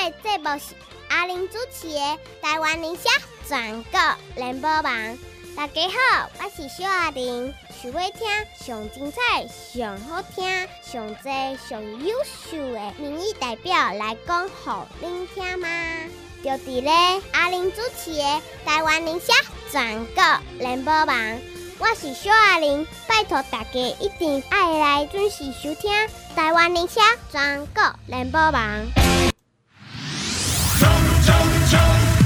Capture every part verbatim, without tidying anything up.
的节目是阿玲主持的台湾理社全国联播网。大家好，我是小阿玲。想要听上精彩、上好听、上多、上优秀的民意代表来讲给您听吗？就伫咧阿玲主持的台湾理社全国联播网。我是小阿玲，拜托大家一定要来准时收听台湾理社全国联播网。冲冲冲！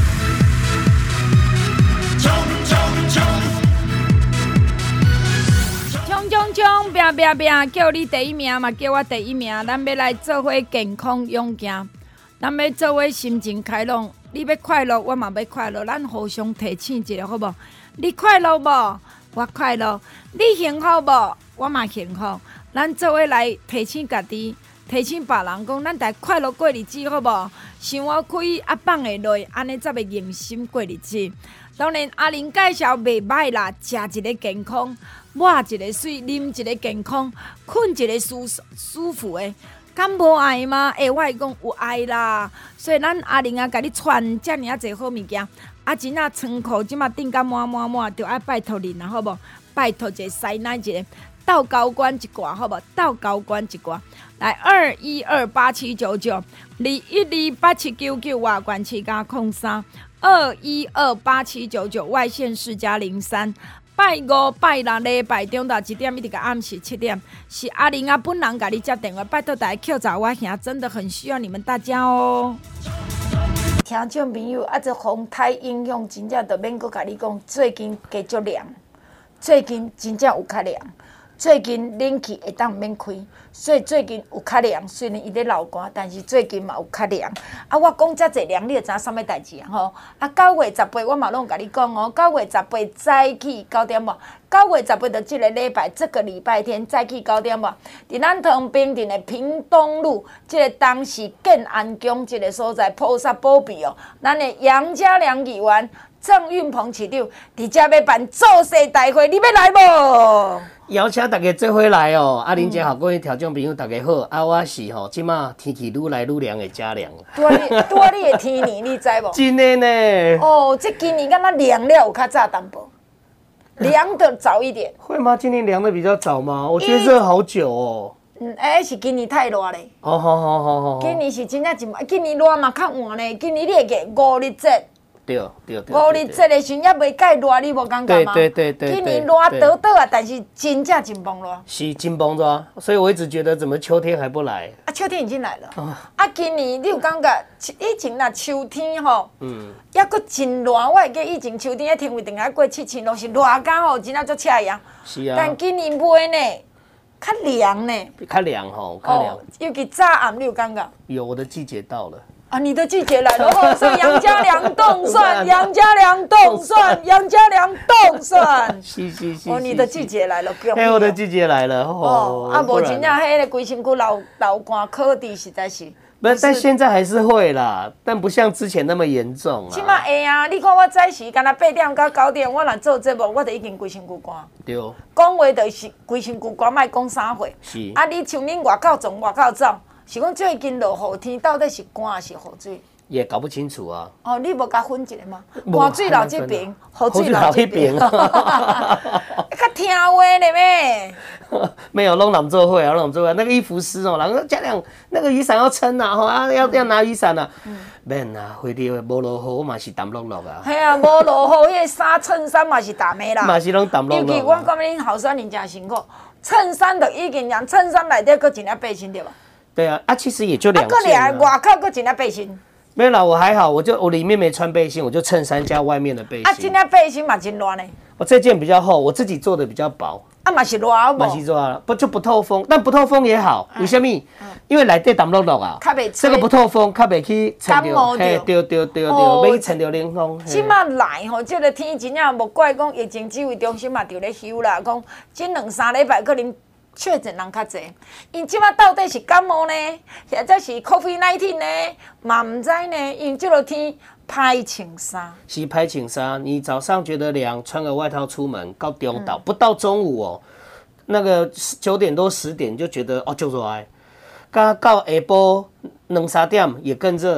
冲冲冲！冲冲冲！拼拼拼！叫你第一名嘛，叫我第一名。咱要来做伙健康勇行，咱要做伙心情开朗。你要快乐，我嘛要快乐。咱互相提醒一下，好无？你快乐无？我快乐，你幸福无？我嘛幸福。咱做伙来提醒家己，提醒别人讲，咱得快乐过日子，好无？想我开啊放会落，安尼才会用心过日子。当然，阿玲介绍袂歹啦，食一个健康，抹一个水，啉一个健康，困一个舒舒服的。敢无爱吗？诶、欸，我会讲有爱啦。所以咱阿玲啊，甲你传遮尔啊侪好物件。啊，真啊，仓库即马订甲满满满，就爱拜托恁啦，好无？拜托一个师奶一个，斗高官一寡，好无？斗高官一寡，来二一二八七九九，二一二八七九九，外关七加空三，二一二八七九九，外线四加零三。拜五、拜六礼拜中昼一点一直到暗时七点，是阿玲啊本人甲你接电话，拜托大家扣查我兄，真的很需要你们大家哦。听众朋友，啊，这风太影响，真正就免阁甲你讲，最近加足凉，最近真正有较凉，最近冷气会当免开，所以最近有较凉。虽然伊咧流汗，但是最近嘛有较凉。啊，我讲遮济凉，你会知影啥物代志啊？吼！啊，九月十八我嘛拢甲你讲哦，九月十八早起九点半，九月十八就即个礼拜，这个礼拜天早起九点半，伫咱塘平镇的屏东路，即、这个当时建安宫即个所在，菩萨保庇哦，咱的杨家良议员、郑运鹏市长伫遮要办造势大会，你要来无？ 邀请大家做伙来哦！阿玲姐好，各位听众朋友大家好，啊我是吼，即马天气愈来愈凉的嘉良。 拄啊你拄啊你的天年，你知无？ 真的呢。 哦，这今年敢若凉了有较早淡薄，凉得早一点。 会吗？今年凉的比较早吗？我觉得热好久哦。 嗯，哎，是今年太热咧。 哦，好好好好。 今年是真正真，今年热嘛较晚咧。今年你会记五日节。 对对对。 五日节的时阵也袂介热，你无感觉吗？ 对对对对。 今年热倒倒啊，但是真正真崩热。 是真崩热，所以我一直觉得怎么秋天还不来？ 啊，秋天已经来了。哦、啊，今年你有感觉？以前若秋天吼，嗯，抑阁真热。我会记以前秋天迄天位定爱过七千度，是热到吼，真正足刺痒。 是啊。 但今年袂呢，较凉呢。 较凉吼，较凉。 哦，尤其早暗，你有感觉？ 有，我的季节到了。 啊，你的季节来了哦，所以杨家良冻蒜，杨家良冻蒜，杨家良冻蒜。 是是是。 哦，你的季节来了，不容易。 嘿，我的季节来了哦。 啊，无真正迄个规身躯流流汗、烤地，实在是。 不是，但现在还是会啦，但不像之前那么严重啊。 起码会啊，你看我早时，干那八点到九点，我若做节目，我就已经规身躯汗。 对。 讲话就是规身躯汗，莫讲啥话。 是。 啊，你像恁外口种外口走。是讲最近落雨天，到底是干还是雨水？ 也搞不清楚啊。 哦，你无甲分一下吗？汗水流这边，雨水流这边。较听话的咩？ 没有，拢人做会啊，拢做会。那个衣服湿哦，人家讲那个雨伞要撑啊，吼啊，要要拿雨伞啊。免啊，回滴无落雨，我嘛是澹落落啊。 系啊，无落雨，迄个衫衬衫嘛是澹的啦。 嘛是拢澹落落。 尤其我感觉恁后生人真辛苦，衬衫就已经让衬衫内底搁一领背心对吧？对啊，啊，其实也就两件、啊。 啊，过来外口搁一领背心。 没有啦，我还好，我就我里面没穿背心，我就衬衫加外面的背心。 啊，这领背心嘛真热呢。 我这件比较厚，我自己做的比较薄。 啊，嘛是热啊， 嘛是热啊，不就不透风，但不透风也好，为什么？因为内底澹落落啊，这个不透风，较袂去感冒着。 对对对对，袂去蹭着冷风。 即马来吼，这个天真正无怪讲疫情指挥中心嘛，就咧休啦，讲这两三礼拜可能。确诊人较侪，因即马到底是感冒呢，或者是 COVID 十九 呢，嘛唔知呢。因这个天歹穿衫， 是歹穿衫。你早上觉得凉，穿个外套出门，到中岛、嗯、不到中午哦，那个九点多十点就觉得哦就热，到到下晡两三点也更热，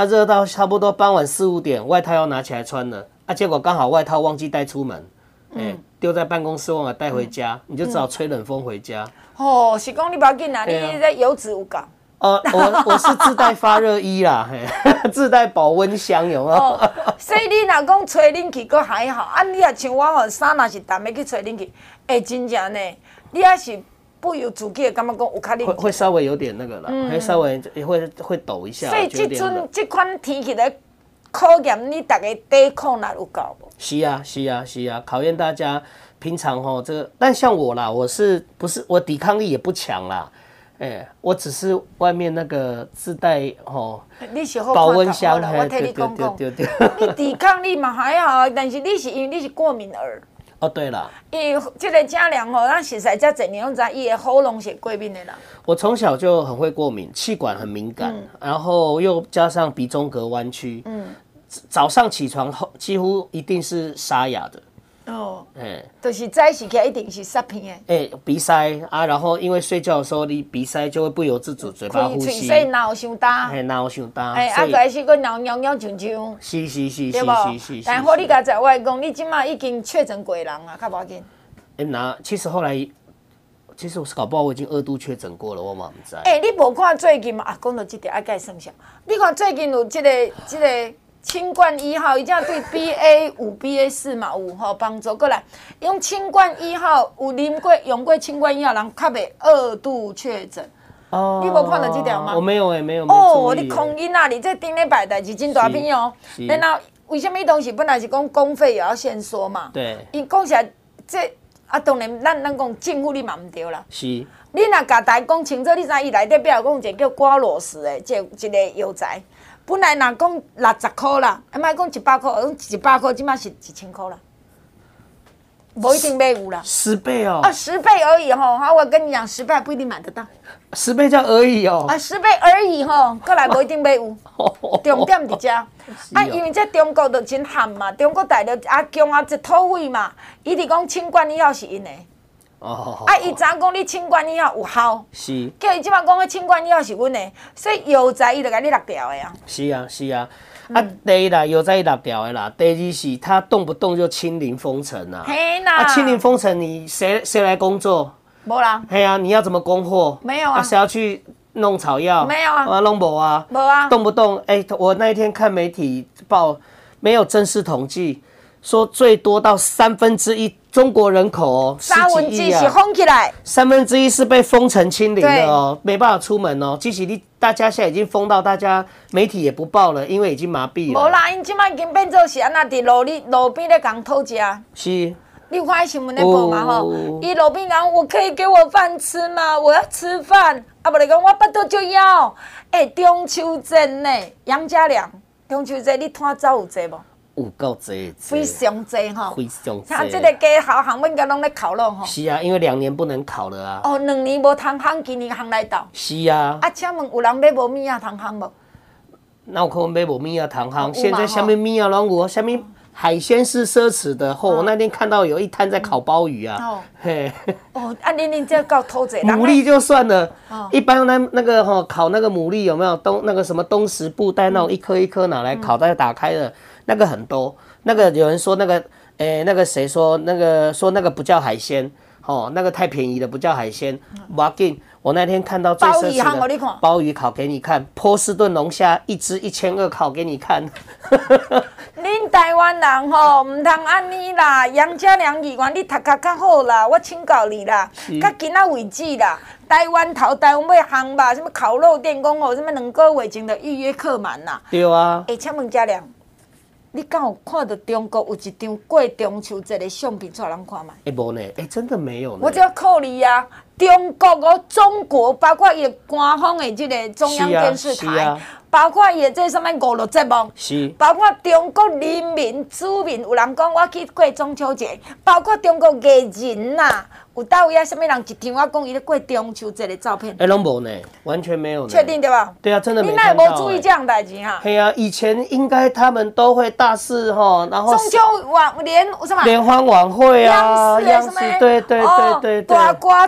啊，热到差不多傍晚四五点，外套要拿起来穿了，啊，结果刚好外套忘记带出门，哎、嗯，丢、欸、在办公室忘了带回家，嗯、你就只好吹冷风回家。 哦，是讲你不要紧啦，你这油脂有够。 哦，我我是自带发热衣啦，自带保温箱有没有？哦、 所以你若讲吹冷气，佫还好。啊，你若像我吼，衫若是淡的去吹冷气，哎，真正呢，你也是不由自主的感觉讲有较冷。 会会稍微有点那个啦，嗯、会稍微会会抖一下。 所以这阵这款天气的考验你大家抵抗力有够无？ 是啊，是啊，是啊，考验大家平常吼这个，但像我啦，我是不是我抵抗力也不强啦。哎、欸，我只是外面那个自带吼保温箱， 我替你讲讲，你抵抗力嘛还好，但是你是因为你是过敏儿。 哦，对啦， 因为这个嘉良吼，咱熟悉这几年，拢知伊的喉咙是过敏的啦。 我从小就很会过敏，气管很敏感，嗯、然后又加上鼻中隔弯曲，嗯，早上起床后几乎一定是沙哑的。哦， 哎、欸，就是早起起来一定是塞鼻的。 哎、欸，鼻塞啊，然后因为睡觉的时候，你鼻塞就会不由自主嘴巴呼吸， 所以脑伤大。 哎，脑伤大。 哎，啊，开始个脑痒痒痒痒。 是是是是是是。 但好，你家在我讲，你即马已经确诊过人啊，较无要紧。 哎，那其实后来，其实我搞不好我已经二度确诊过了，我嘛唔知。 哎，你无看最近嘛？啊，讲到这点，爱该算啥？你看最近有这个这个。清冠一号，伊才对 B A 五、B A 四嘛有吼帮助。过来用清冠一号有啉过、用过清冠一号人，较袂二度确诊。哦，你无看到这条吗？ 我没有诶，没有。 哦，你空囡仔，你这顶礼拜代志真大片哦。然后为什么东西本来是讲公费也要先说嘛？ 对。 伊讲起来，这啊当然咱咱讲政府你嘛毋对啦。 是。 你若甲大家讲清楚，你知伊内底表讲一个叫瓜罗斯的，这一个药材。本来若讲六十块啦，啊，莫讲一百块，讲一百块，即马是一千块啦，无一定买有啦。 十倍哦。 啊，十倍而已吼，啊，我跟你讲，十倍不一定买得到。 十倍叫而已哦。 啊，十倍而已吼，过来无一定买有。重点伫遮，啊，因为这中国就真罕嘛，中国大陆啊强啊一土匪嘛，伊伫讲清冠一号是因的。哦，啊！伊昨讲你清冠一号有效， 是。 叫伊即摆讲个清冠一号是阮的，所以药材伊就甲你落掉的啊。 是啊，是啊。嗯、啊，第一啦，药材伊落掉的啦。第二是他动不动就清零封城啊。 嘿啦。 啊，清零封城，你谁谁来工作？ 无啦。 嘿啊，你要怎么供货？ 没有啊。 谁、啊、要去弄草药？ 没有啊。 啊，弄无啊。 无啊。 动不动哎、欸，我那一天看媒体报，没有正式统计。说最多到三分之一中国人口哦， 三分之一是封起来， 三分之一是被封城清零的哦，没办法出门哦。即使你大家现在已经封到大家媒体也不报了，因为已经麻痹了。 无啦，因即摆已经变做是安那伫路里路边咧讲讨食。 是。 你有看新闻咧报嘛吼？伊路边讲，我可以给我饭吃吗？我要吃饭。啊，无你讲我巴肚就要。哎、欸，中秋节呢，杨家良，中秋节你摊走有坐无？ 有够济， 非常济吼， 非常济。 像这个家校航本家拢咧考咯吼。 是啊，因为两年不能考了啊。 哦，两年无通航，今年航来到。 是啊。 啊，请问有人买无米啊通航无？ 那有可能买无米啊通航？现在什么米啊拢有，什么海鲜是奢侈的。吼、哦，我那天看到有一摊在烤鲍鱼啊。哦。嘿。哦， 啊，你你这够偷贼。 牡蛎就算了，哦、一般那那个吼、哦、烤那个牡蛎有没有东那个什么东石布袋那种一颗一颗拿来烤，再、嗯、打开的。那个很多，那个有人说那个，诶、欸，那个谁说那个说那个不叫海鲜，哦，那个太便宜了，不叫海鲜。不要紧，我那天看到最奢侈的鲍鱼烤给你看，波士顿龙虾一只一千二烤给你看。 恁台湾人吼，唔通安尼啦，杨家良议员，你读甲较好啦，我请教你啦，到今仔为止啦，台湾头台湾尾航吧，什么烤肉店讲哦，什么两个月前就预约客满啦。 对啊。 哎、欸，请问家良。你敢有看到中国有一张过中秋节的相片出来人看嘛？ 哎、欸，无呢，哎、欸，真的没有呢。 我只要靠你啊！中国哦，中国包括伊官方的这个中央电视台，啊啊、包括伊这什么娱乐节目， 是， 包括中国人民子民，有人讲我去过中秋节，包括中国艺人呐、啊，有到位啊，什么人一张我讲伊咧过中秋节的照片， 哎、欸，拢无呢，完全没有呢。 确定对吧？ 对啊，真的没看到。你那也无注意这样代志哈？ 对啊，以前应该他们都会大肆哈，然后中秋晚联什么联欢晚会啊， 央视什么， 对对对对对， 大歌星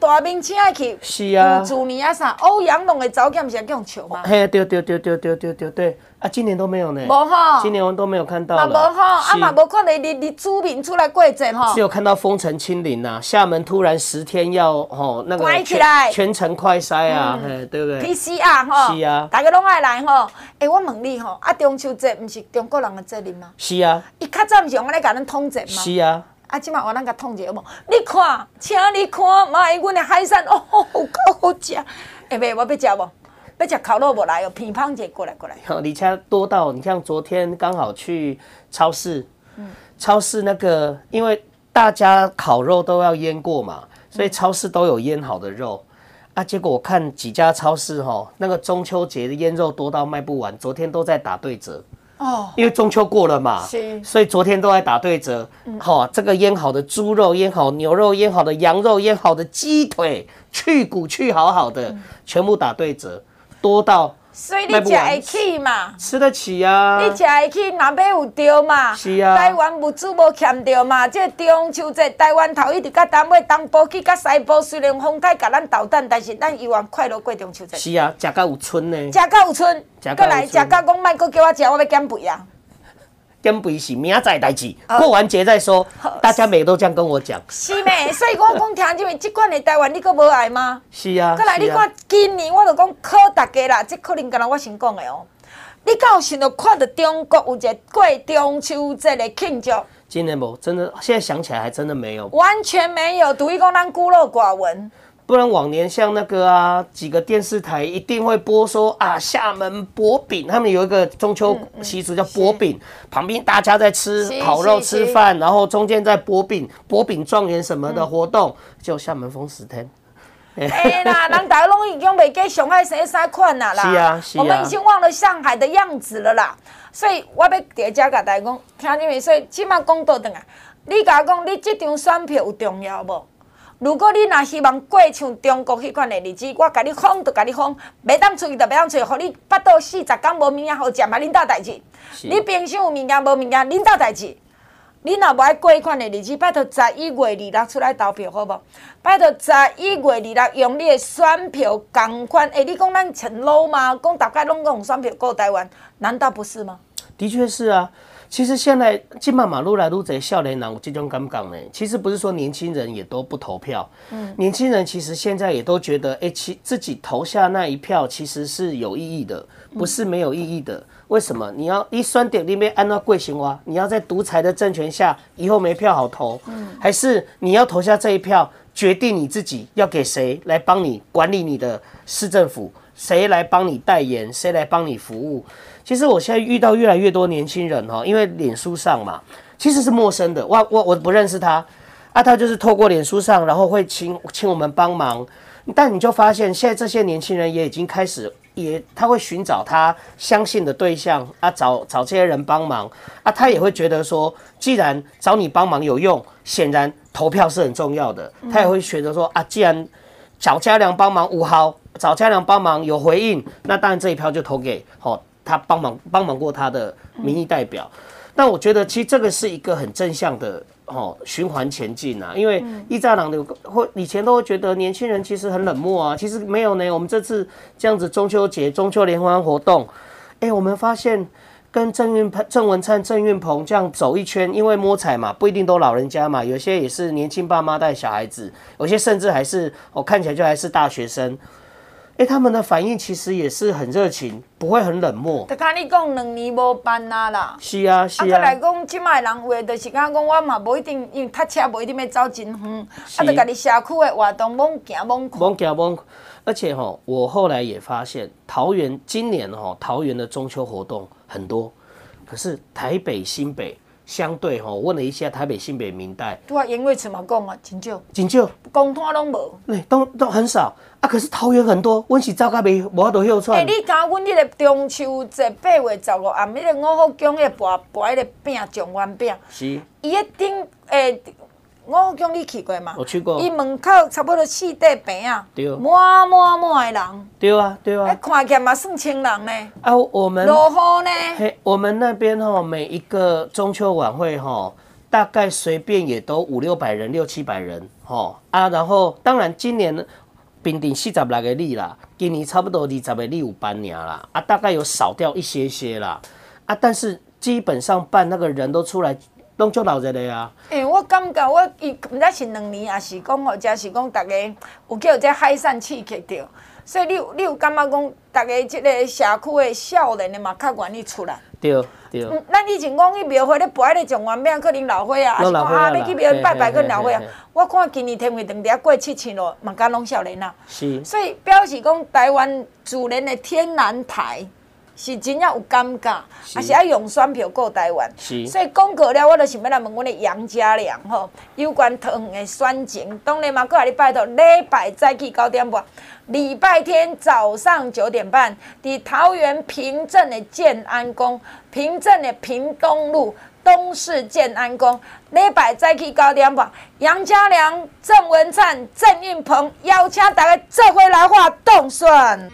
大明星爱去， 是啊， 旧年啊啥，欧阳龙的早检是叫笑吗？ 嘿，对对对对对对对对，啊，今年都没有呢， 无吼， 今年我都没有看到嘛了， 无吼，啊嘛无看到你你主民出来过节吼， 只有看到封城清零呐，厦门突然十天要吼那个关起来全程快筛啊，嘿，对不对 ？P C R 吼， 是啊， 大家拢爱来吼。诶，我问你吼，啊中秋节毋是中国人的节日吗？ 是啊， 伊较早毋是用安尼甲咱统节吗？ 是啊。 啊，即摆换咱甲统一好无？你看，请你看，妈，阮的海产哦，有够好食。会袂？我要食无？要食烤肉无来哦，乒乓者过来过来。 而且多到你像昨天刚好去超市，嗯、超市那个因为大家烤肉都要腌过嘛，所以超市都有腌好的肉。啊，结果我看几家超市哈，那个中秋节的腌肉多到卖不完，昨天都在打对折。哦，因为中秋过了嘛，所以昨天都在打对折。好、嗯哦，这个腌好的猪肉、腌好牛肉、腌好的羊肉、腌好的鸡腿，去骨去好好的，嗯、全部打对折，多到所以你吃得起嘛？ 吃得起啊！ 你吃得起，嘛要有着嘛？ 是啊。 台湾物资无欠着嘛？这中秋节，台湾头一直到东尾东部去，到西部虽然风台甲咱捣蛋，但是咱依然快乐过中秋节。 是啊，食到有春呢。 食到有春，过来食到讲莫搁叫我食，我要减肥啊！ 减肥是明仔代志，过完节再说。大家每个都这样跟我讲。 是咩？所以我讲听，因为这款的台湾你搁无爱吗？ 是啊。 过来，你看今年我就讲考大家啦，这可能敢若我先讲的哦。你敢有想到看到中国有一个过中秋节的庆祝？ 今年无，真的，现在想起来还真的没有。 完全没有，除非讲咱孤陋寡闻。 不然往年像那个啊，几个电视台一定会播说啊，厦门薄饼，他们有一个中秋习俗叫薄饼，嗯、旁边大家在吃烤肉吃饭，然后中间在薄饼，薄饼状元什么的活动，嗯、就厦门封十天。 哎、欸、啦，人大家拢已经袂记上海生啥款啦啦。 是啊，是啊。 我们已经忘了上海的样子了啦。所以我要伫遮甲大家讲，听见没？所以即马讲倒转来，你甲我讲，你这张选票有重要无？如果你若希望过像中国迄款的日子，我甲你封就甲你封，袂当出去就袂当出去，互你巴肚四十天无物件好食嘛，恁兜代志。你冰箱有物件无物件，恁兜代志。你若无爱过迄款的日子，拜托十一月二六出来投票好无？拜托十一月二六用你的选票共款。哎、欸，你讲咱陈老吗？讲大概拢用选票过台湾，难道不是吗？ 的确是啊。其实现在金马马路来路贼少年人有这种感觉呢。其实不是说年轻人也都不投票，嗯，年轻人其实现在也都觉得，哎、欸，其自己投下那一票其实是有意义的，不是没有意义的。为什么？你要一酸点里面按照贵行哇？你要在独裁的政权下，以后没票好投，嗯，还是你要投下这一票，决定你自己要给谁来帮你管理你的市政府，谁来帮你代言，谁来帮你服务？其实我现在遇到越来越多年轻人哈，因为脸书上嘛，其实是陌生的，我我我不认识他，啊，他就是透过脸书上，然后会请请我们帮忙，但你就发现现在这些年轻人也已经开始，也他会寻找他相信的对象啊，找找这些人帮忙啊，他也会觉得说，既然找你帮忙有用，显然投票是很重要的，他也会觉得说啊，既然找嘉良帮忙五号，找嘉良帮忙有回应，那当然这一票就投给好。他帮忙帮忙过他的民意代表，但我觉得其实这个是一个很正向的哦循环前进啊，因为一战狼的会以前都会觉得年轻人其实很冷漠啊，其实没有呢。我们这次这样子中秋节中秋联欢活动，哎、欸，我们发现跟郑运郑文灿、郑运鹏这样走一圈，因为摸彩嘛，不一定都老人家嘛，有些也是年轻爸妈带小孩子，有些甚至还是我、哦、看起来就还是大学生。哎、欸，他们的反应其实也是很热情，不会很冷漠。 就看你讲两年无办啊啦。 是啊，是啊。啊，再来讲，即卖人话就是讲讲，我嘛无一定，因为塞车无一定要走真远，啊，就家己社区的活动猛行猛看。 猛行猛，而且哈，我后来也发现，桃园今年哈，桃园的中秋活动很多，可是台北、新北。相对吼，问了一下台北新北民代， 拄啊严伟出嘛讲啊，真少， 真少， 公摊拢无， 对，都都很少啊。可是桃园很多，阮是走到袂无法度休喘。 哎、欸，你讲阮迄个中秋节八月十五暗，迄、那个五福宫迄个跋跋迄个饼状元饼， 是， 伊迄顶诶。五福宫你去过吗？ 我去过。 伊门口差不多四块饼啊， 对， 满满满的人。 对啊，对啊。 哎，看起来嘛算清人呢。 啊，我们落雨呢。 嘿，我们那边吼，每一个中秋晚会吼， 大概随便也都五六百人、六七百人，吼啊，然后当然今年平定四十六个里啦，今年差不多二十个里有办尔啦，啊，大概有少掉一些些啦，啊，但是基本上办那个人都出来，拢足闹热的啊。 诶、欸，我感觉我伊毋知是两年，还是讲或者是讲大家有叫这海产刺激着，所以你有你有感觉讲，大家即个社区的少年的嘛较愿意出来。 对对。 嗯，咱以前讲去庙会咧摆迄个状元饼，可能老岁啊，还是讲啊要去庙会拜拜去老岁啊。我看今年天月长伫过七千咯，嘛敢拢少年啊。 是。 所以表示讲台湾自然的天然台。是真正有感觉，也是爱用选票过台湾。所以讲过了，我就是要来问阮的杨家良吼，有关桃园的选情，当然嘛，搁来你拜托，礼拜早起九点半，礼拜天早上九点半，伫桃园平镇的建安宫，平镇的屏东路东市建安宫，礼拜早起九点半，杨家良、郑文灿、郑运鹏邀请大家做伙来画动选。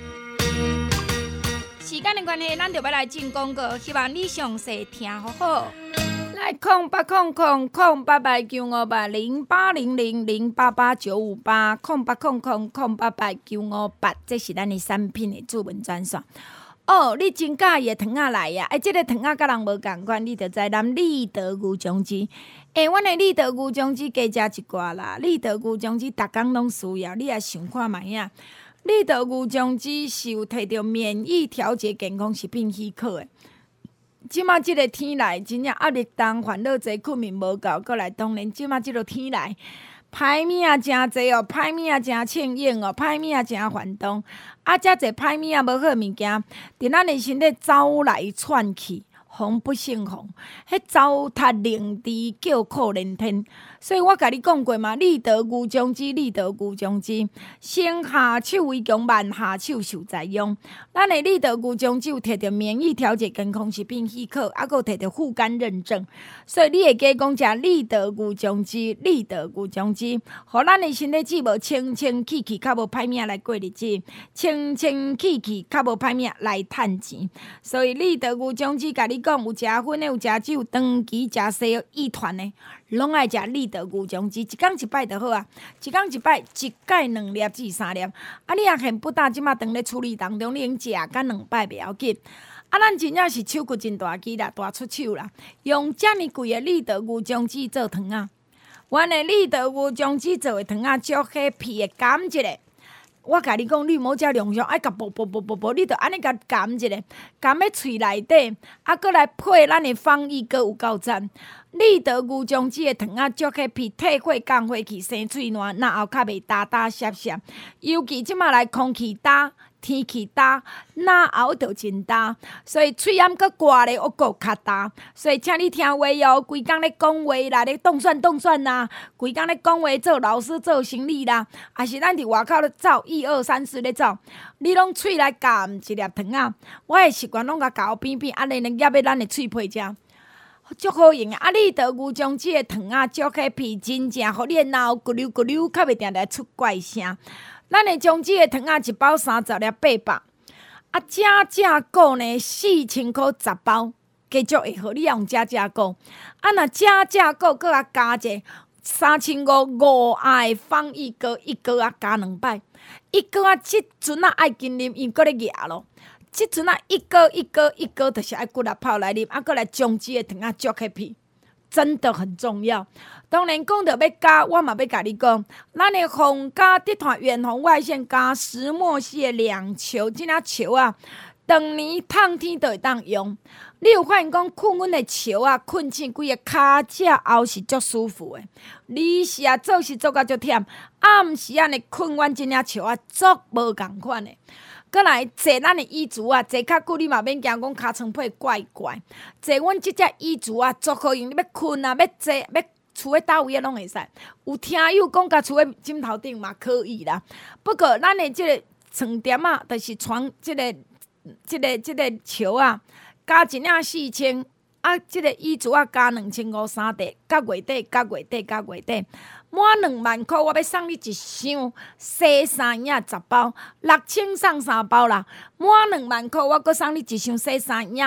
时间的关系，咱就要来进广告，希望你详细听好好。来，空八空空空八八九五八零八零零零八八九五八，空八空空空八八九五八，这是咱的产品的主文专线。哦，你真喜欢糖仔来呀？哎，这个糖仔甲人无共款，你着知咱立德牛浆汁。哎，阮的立德牛浆汁加食一寡啦，立德牛浆汁逐工拢需要，你也想看卖影。立德牛浆汁是有摕到免疫调节健康食品许可的。即马即个天来，真正压力重，烦恼侪，困眠无够，过来当然即马即个天来，歹物啊真侪哦，歹物啊真庆应哦，歹物啊真烦动，啊遮侪歹物啊无好物件，伫咱的身体走来窜去。风不胜风，迄糟蹋灵芝叫苦连天。所以我甲你讲过嘛，立德牛浆汁，立德牛浆汁，先下手为强，慢下手受灾殃。咱的立德牛浆汁有摕到免疫调节健康食品许可，还佫摕到护肝认证。所以你会记讲食立德牛浆汁，立德牛浆汁，互咱的身体只无清清气气，较无歹命来过日子，清清气气，较无歹命来趁钱。所以立德牛浆汁甲你讲。有食薰的，有食酒，长期食西医团的，拢爱食立德牛浆汁，一天一摆就好啊！一天一摆，一盖两粒至三粒。啊，你若嫌不大，即马当咧处理当中，你用食干两摆袂要紧。啊，咱真正是手骨真大机啦，大出手啦！用遮尔贵的立德牛浆汁做汤啊，阮的立德牛浆汁做的汤啊，足火皮的甘一个。我甲你讲，你莫遮量上，爱甲啵啵啵啵啵，你着安尼甲含一个，含喺喙内底，啊，搁来配咱的放意，搁有够赞。立德牛浆汁的汤啊，足起皮，退火降火气，生喙烂，然后较袂打打涩涩。尤其即马来空气干。天气干，那后就真干，所以喙暗搁刮咧，我搁较干。所以请你听话哦，规工咧讲话啦，咧动算动算啦，规工咧讲话做老师做生理啦，还是咱伫外口咧走一二三四咧走，你拢喙来含一粒糖啊！我的习惯拢甲咬边边，安尼咧夹咧咱的喙皮食。足好用啊！立德牛浆汁的糖啊，足起皮，真正互你的脑咕溜咕溜，较袂定定出怪声。咱的浆汁的糖啊，一包三十粒八百，啊，正正购呢四千块十包，继续会互你用正正购。啊，若正正购，搁啊加者三千五五爱放一个一个啊加两摆，一个啊即阵啊爱紧啉，因搁咧压咯。即阵啊一个一个一个，就是爱骨力泡来啉，啊，搁来浆汁的糖啊足起皮。真的很重要。当然讲到要加，我嘛要甲你讲，咱的红加地团远红外线加石墨烯两球，这领球啊，当年烫天都会当用。你有发现讲困阮的球啊，困醒规个骹只后是足舒服的。你是啊，做事做甲足忝，暗时安尼困阮这领球啊，足无共款的。搁来坐咱的椅子啊，坐较久你嘛免惊讲尻川皮怪怪。坐阮即只椅子啊，足好用，你要困啊，要坐，要厝诶倒位啊，拢会使。有听友讲，甲厝诶枕头顶嘛可以啦。不过咱的即个床垫啊，就是床即、這个、即、這个、即、這个球啊，加一领四千，啊，即个椅子啊加两千五三块，到月底，到月底，到月底。满两万块，我要送你一箱西山影十包，六千送三包啦。满两万块，我阁送你一箱西山影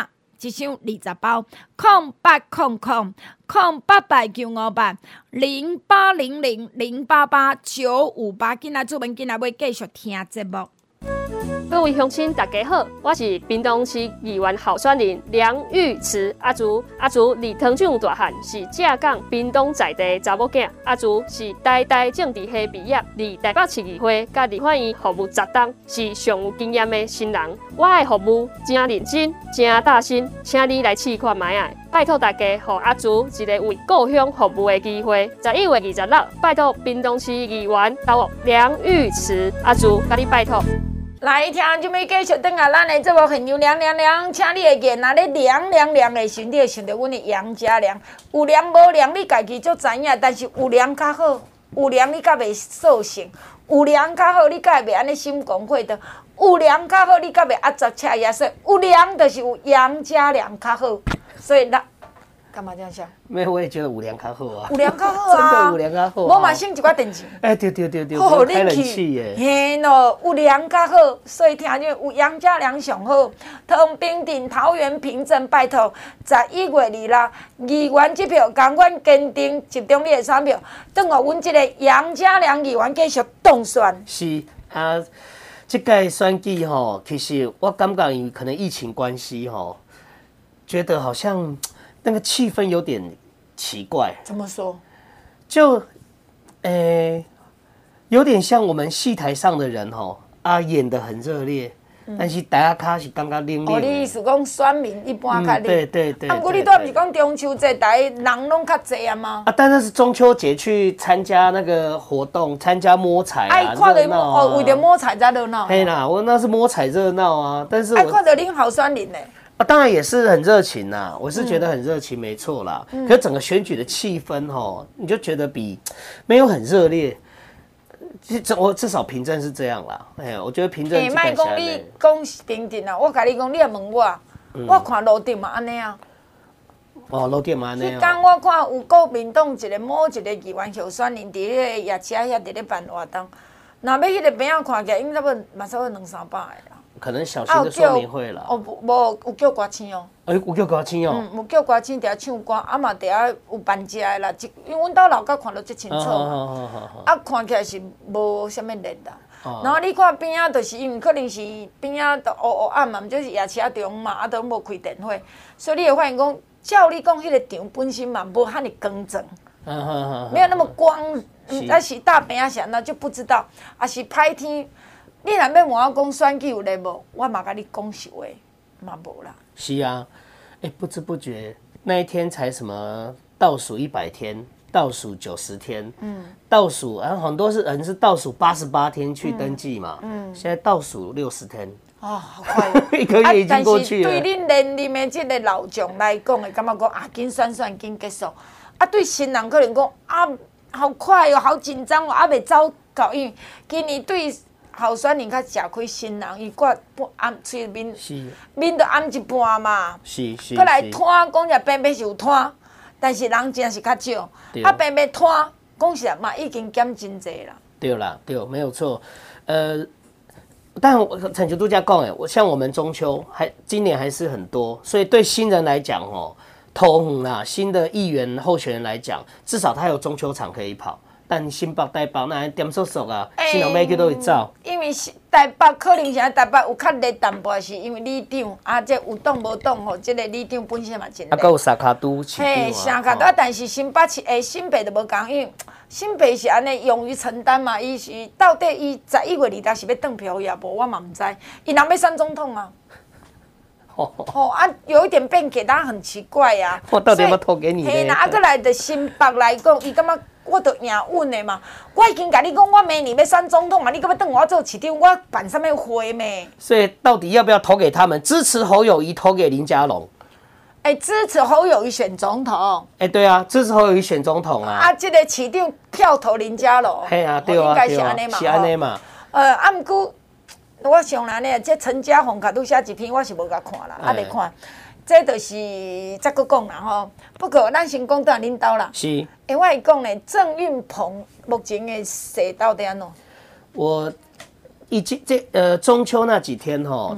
一箱二十包，空八空空空八百九五八零八零零零八八九五八，今仔主文今仔要继续听节目。 各位乡亲，大家好，我是屏东市议员候选人梁玉慈阿竹。阿竹离糖厂大汉，是正港屏东在地查某囝。阿竹是代代政治系毕业，离台北市议会甲立法院服务十档，是上有经验的新人。我的服务真认真，真大心，请你来试看卖啊！拜托大家，给阿竹一个为故乡服务的机会。十一月二十六，拜托屏东市议员投梁玉慈阿竹，甲你拜托。 来听，就要继续等下咱的节目很牛凉凉凉，请你会记，若咧凉凉凉的时，你会想到阮的杨家凉。有凉无凉，你家己足知影，但是有凉较好，有凉你才袂扫兴，有凉较好，你才袂安尼心狂火的，有凉较好，你才袂压杂车也说，有凉就是有杨家凉较好，所以咱。干嘛这样想？ 没有，我也觉得五粮较好啊。 五粮较好啊， 真的五粮较好、啊。 我嘛省一寡电钱。 哎、欸，对对对对， 好开冷气耶。 嘿咯，有粮较好，所以听见有杨家粮上好。通平镇、桃园、平镇，拜托，十一月二啦，议员这票，共阮坚定集中你的选票，等候阮这个杨家粮议员继续当选。 是啊，这届选举吼，其实我感觉因为可能疫情关系吼，觉得好像。那个气氛有点奇怪， 怎么说？ 就，诶、欸，有点像我们戏台上的人吼啊，演得很热烈，嗯、但是大家卡是感觉冷冷。哦， 你意思讲选民一般较冷、嗯？ 对对对。 啊，不过你都不是讲中秋节大家人拢较济啊吗？ 啊，但那是中秋节去参加那个活动，参加摸彩啊， 爱看到哦，为了摸彩才热闹。 嘿啦，我那是摸彩热闹啊，但是我爱看到恁候选人呢。 啊，当然也是很热情呐，我是觉得很热情，没错啦。嗯、可是整个选举的气氛吼，你就觉得比没有很热烈。其实我至少平镇是这样啦，哎呀，我觉得平镇。哎， 莫讲你讲平镇啊，我甲你讲，你也问我，嗯、我看路顶嘛安尼啊。 哦，路顶嘛安尼啊。 迄天我看有国民党一个某一个议员候选人伫迄个夜车遐伫咧办活动，若要迄个饼仔看起来，应该差不多嘛差不多两三百个啦。 可能小型的说明会啦。 哦，无有叫歌星哦。 哎、欸，有叫歌星哦。 嗯，有叫歌星伫遐唱歌，啊嘛伫遐有办食的啦。因为阮兜楼角看到足清楚嘛。啊，看起来是无啥物热啦。哦、然后你看边仔，就是因为可能是边仔都黑黑暗嘛，毋就是夜车中嘛，啊都无开电火，所以你会发现讲，照你讲，迄个场本身嘛无遐尼光整，没有那么光。嗯，啊是大饼仔是安那就不知道，啊是歹天。你若要问我讲选举有咧无，我嘛甲你讲实话，嘛无啦。 是啊，哎、欸，不知不觉那一天才什么倒数一百天，倒数九十天，嗯，倒数，然后很多是人是倒数八十八天去登记嘛，嗯，嗯现在倒数六十天。 哦，好快、哦！ 一个月已经过去了。 啊、但是对恁年龄的这个老将来讲，会感觉讲啊，紧选选紧结束。啊，对新人可能讲啊，好快哦，好紧张哦，啊，未走到，因为今年对。候选人较吃亏，新人伊挂半暗喙面，面都暗一半嘛。 是是。 过来摊讲也偏偏是有摊，但是人真是较少。啊，偏偏摊讲实嘛，已经减真济啦。 对啦，对，没有错。呃，但陈球度假讲诶，我像我们中秋还今年还是很多，所以对新人来讲哦，投红啦，新的议员候选人来讲，至少他有中秋场可以跑。但新北、台北那点叔叔啊，新人每个都会走。 因为台北可能是台北有较热淡薄，是因为里长啊，这有党无党吼，这个里长本身嘛真热。 啊，还有三卡都市长啊。 嘿，三卡都啊，但是新北市诶，新北都无共，因为新北是安尼勇于承担嘛。伊是到底伊十一月二日是要当票也无，我嘛唔知。伊人要选总统啊。哦啊，有一点变给大家很奇怪呀、啊。 我到底要投给你？ 嘿，那啊，过来的新北来讲，伊感觉。我都赢稳的嘛！我已经甲你讲，我明年要选总统啊！你搁要等我做市长，我办什么会咩？ 所以到底要不要投给他们？支持侯友宜，投给林佳龙。 哎、欸，支持侯友宜选总统。 哎、欸，对啊，支持侯友宜选总统啊！ 啊，这个市长票投林佳龙。 嘿啊，对啊，应该是安尼嘛。是安尼嘛。 呃，啊，毋过我想来呢，这陈嘉宏卡拄写一篇，我是无甲看啦，啊，未看。这就是再搁讲啦吼，不过咱先讲到恁兜啦。 是。 因为我讲呢，郑运鹏目前的势到底安怎？ 我已经这呃中秋那几天吼，嗯、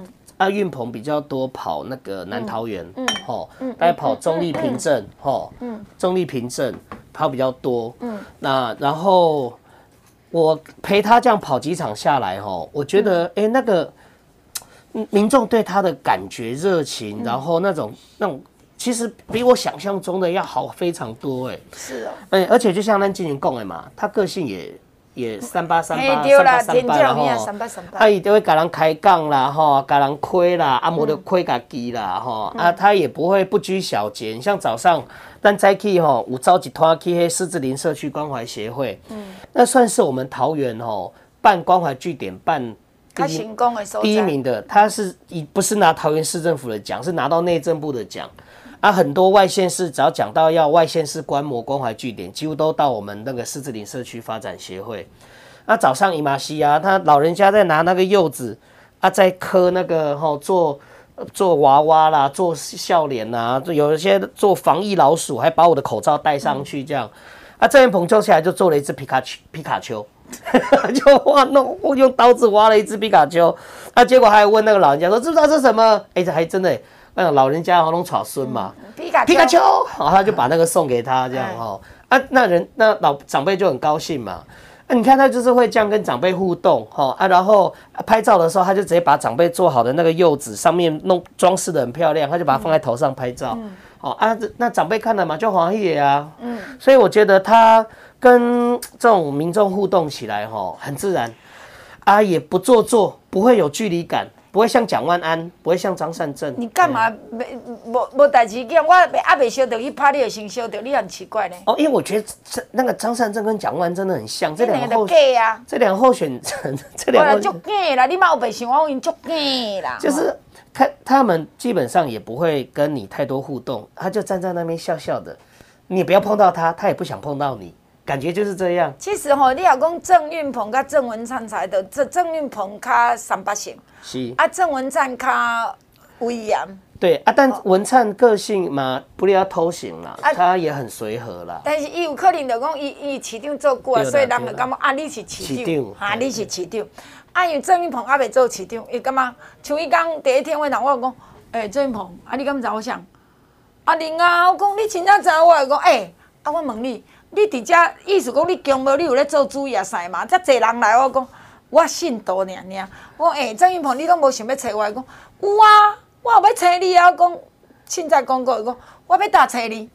啊，运鹏比较多跑那个南桃园，嗯，吼，大概跑中立平镇，吼，嗯，中立平镇跑比较多，嗯，那然后我陪他这样跑几场下来，吼，我觉得，哎、嗯欸，那个民众对他的感觉、热情，嗯、然后那种那种。其实比我想象中的要好非常多哎， 是哦， 哎，而且就像咱之前讲的嘛，他个性也也三八三八三八三八啦吼，他一定会跟人开杠啦吼，跟人亏啦，啊无就亏家己啦吼，啊他也不会不拘小节，像早上咱早起吼有招一团去迄狮子林社区关怀协会，嗯，那算是我们桃园吼办关怀据点办。第一名的，他是不是拿桃园市政府的奖，是拿到内政部的奖。啊，很多外县市只要讲到要外县市观摩关怀据点，几乎都到我们那个狮子林社区发展协会。那早上姨妈西啊，他老人家在拿那个柚子啊，在磕那个吼、哦、做做娃娃啦，做笑脸呐，有一些做防疫老鼠，还把我的口罩戴上去这样。啊，郑元鹏救下来就做了一只皮卡丘，皮卡丘。就挖弄，我用刀子挖了一只皮卡丘，啊，结果还问那个老人家说知不知道这是什么？哎、欸，这还真的，那老人家好弄草孙嘛， 嗯、皮卡皮卡丘，然后他就把那个送给他，这样哈、嗯，啊，那人那老长辈就很高兴嘛，啊，你看他就是会这样跟长辈互动哈，啊，然后拍照的时候他就直接把长辈做好的那个柚子上面弄装饰的很漂亮，他就把它放在头上拍照，嗯、哦啊，那长辈看了嘛就欢喜啊，嗯，所以我觉得他。跟这种民众互动起来吼，很自然啊，也不做作，不会有距离感，不会像蒋万安，不会像张善政。 你干嘛没无无代志讲？我还没烧到去拍你就先烧到，你很奇怪呢。 哦，因为我觉得这那个张善政跟蒋万安真的很像，这两个候啊， 这两个候选人，这两个足假啦，你嘛有白想我因足假啦。 就是看他们基本上也不会跟你太多互动，他就站在那边笑笑的，你也不要碰到他，他也不想碰到你。感觉就是这样。 其实吼、喔，你若讲郑运鹏甲郑文灿才的，郑郑运鹏较三八型， 是啊，郑文灿较威严。 对啊，但文灿个性嘛，不要偷型啦，啊、他也很随和啦。 但是伊有可能就讲，伊伊市长做过啊，所以人就感觉啊，你是市长，哈，你是市长。啊，因为郑运鹏还未做市长，伊感觉像伊讲第一天我同我讲，诶、欸，郑运鹏，啊，你敢知我啥？啊，玲啊，我讲你真正知我，讲诶、欸，啊，我问你。你伫遮意思讲你强无？你有咧做主业赛嘛？遮济人来，我讲我信徒尔尔。我诶，郑运鹏，你拢无想要找我？讲有啊，我有要找你啊。我讲凊彩讲过，讲我要搭找你。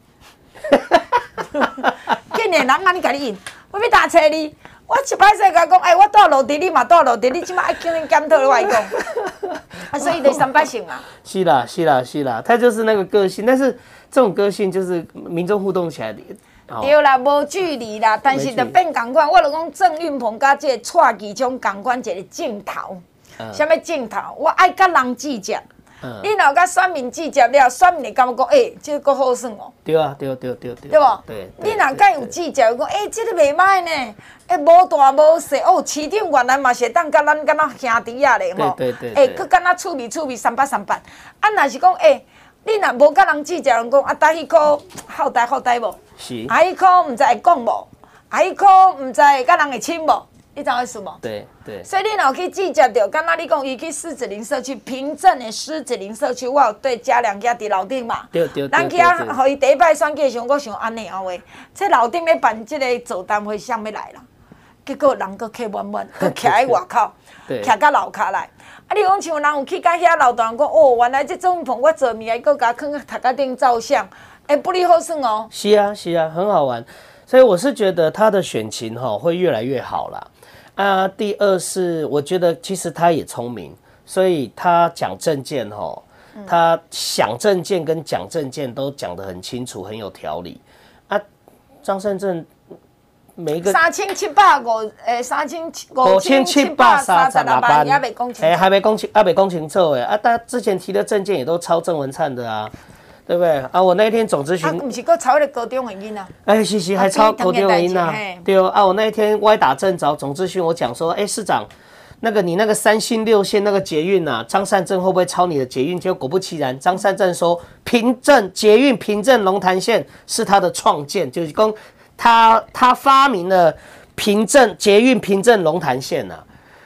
竟然人安尼甲你应，我要搭找你。我一摆势甲讲，诶、欸，我住路地，你嘛住路地，你即摆爱叫人检讨我来讲。啊，所以就三百姓嘛。 是啦，是啦，是啦，他就是那个个性，但是这种个性就是民众互动起来的。 对啦，无距离啦，但是就变同款。我就讲郑运鹏甲这个蔡其昌同款一个镜头，啥物镜头？我爱甲人计较。嗯、你若甲选民计较了，选民会感觉讲，诶、欸，这个好算哦。 对啊，对对对对。 对无？对。你若甲有计较，讲，诶、欸，这个袂歹呢，诶、欸，无大无小，哦，市长原来嘛是当甲咱敢若兄弟啊咧，吼。 对对对。 诶，佮敢若趣味趣味三八三八。啊，若是讲，诶、欸。你若无甲人计较，人讲啊，搭迄科好呆好呆无？ 是。 啊，迄科毋知会讲无？啊，迄科毋知甲人会亲无？你知影意思无？ 对对。所以你若去计较着，敢若你讲伊去狮子林社区平镇的狮子林社区，我有对嘉良家伫楼顶嘛。 对对对。 咱去啊，互伊第一摆选举的时候，我想安尼啊话，这楼顶咧办即个座谈会，谁要来啦？结果人佫客满满，佫徛喺外口，徛到楼骹来。啊！你讲像人有去到遐楼段讲，哦，原来这郑运鹏我做物件，佫甲囥头壳顶照相，哎、欸，不离好算哦。 是啊，是啊，很好玩。所以我是觉得他的选情哈会越来越好啦。啊，第二是我觉得其实他也聪明，所以他讲政见哈，他想政见跟讲政见都讲得很清楚，很有条理。啊，张善政。每一个三千七百五，诶，三千五千七百三十六万，也未讲清楚。 哎，还没讲清，还没讲清楚诶。啊，他之前提的证件也都抄郑文灿的啊，对不对？啊，我那一天总咨询， 啊，不是，佮抄那个高中的囡仔。 哎，是是，还抄高中的囡仔。对哦，啊，我那一天歪打正着总咨询，我讲说，哎，市长，那个你那个三星六线那个捷运啊，张善政会不会抄你的捷运？结果果不其然，张善政说，平镇捷运平镇龙潭线是他的创建，就是讲。他他发明了平镇捷运平镇龙潭线呐、啊，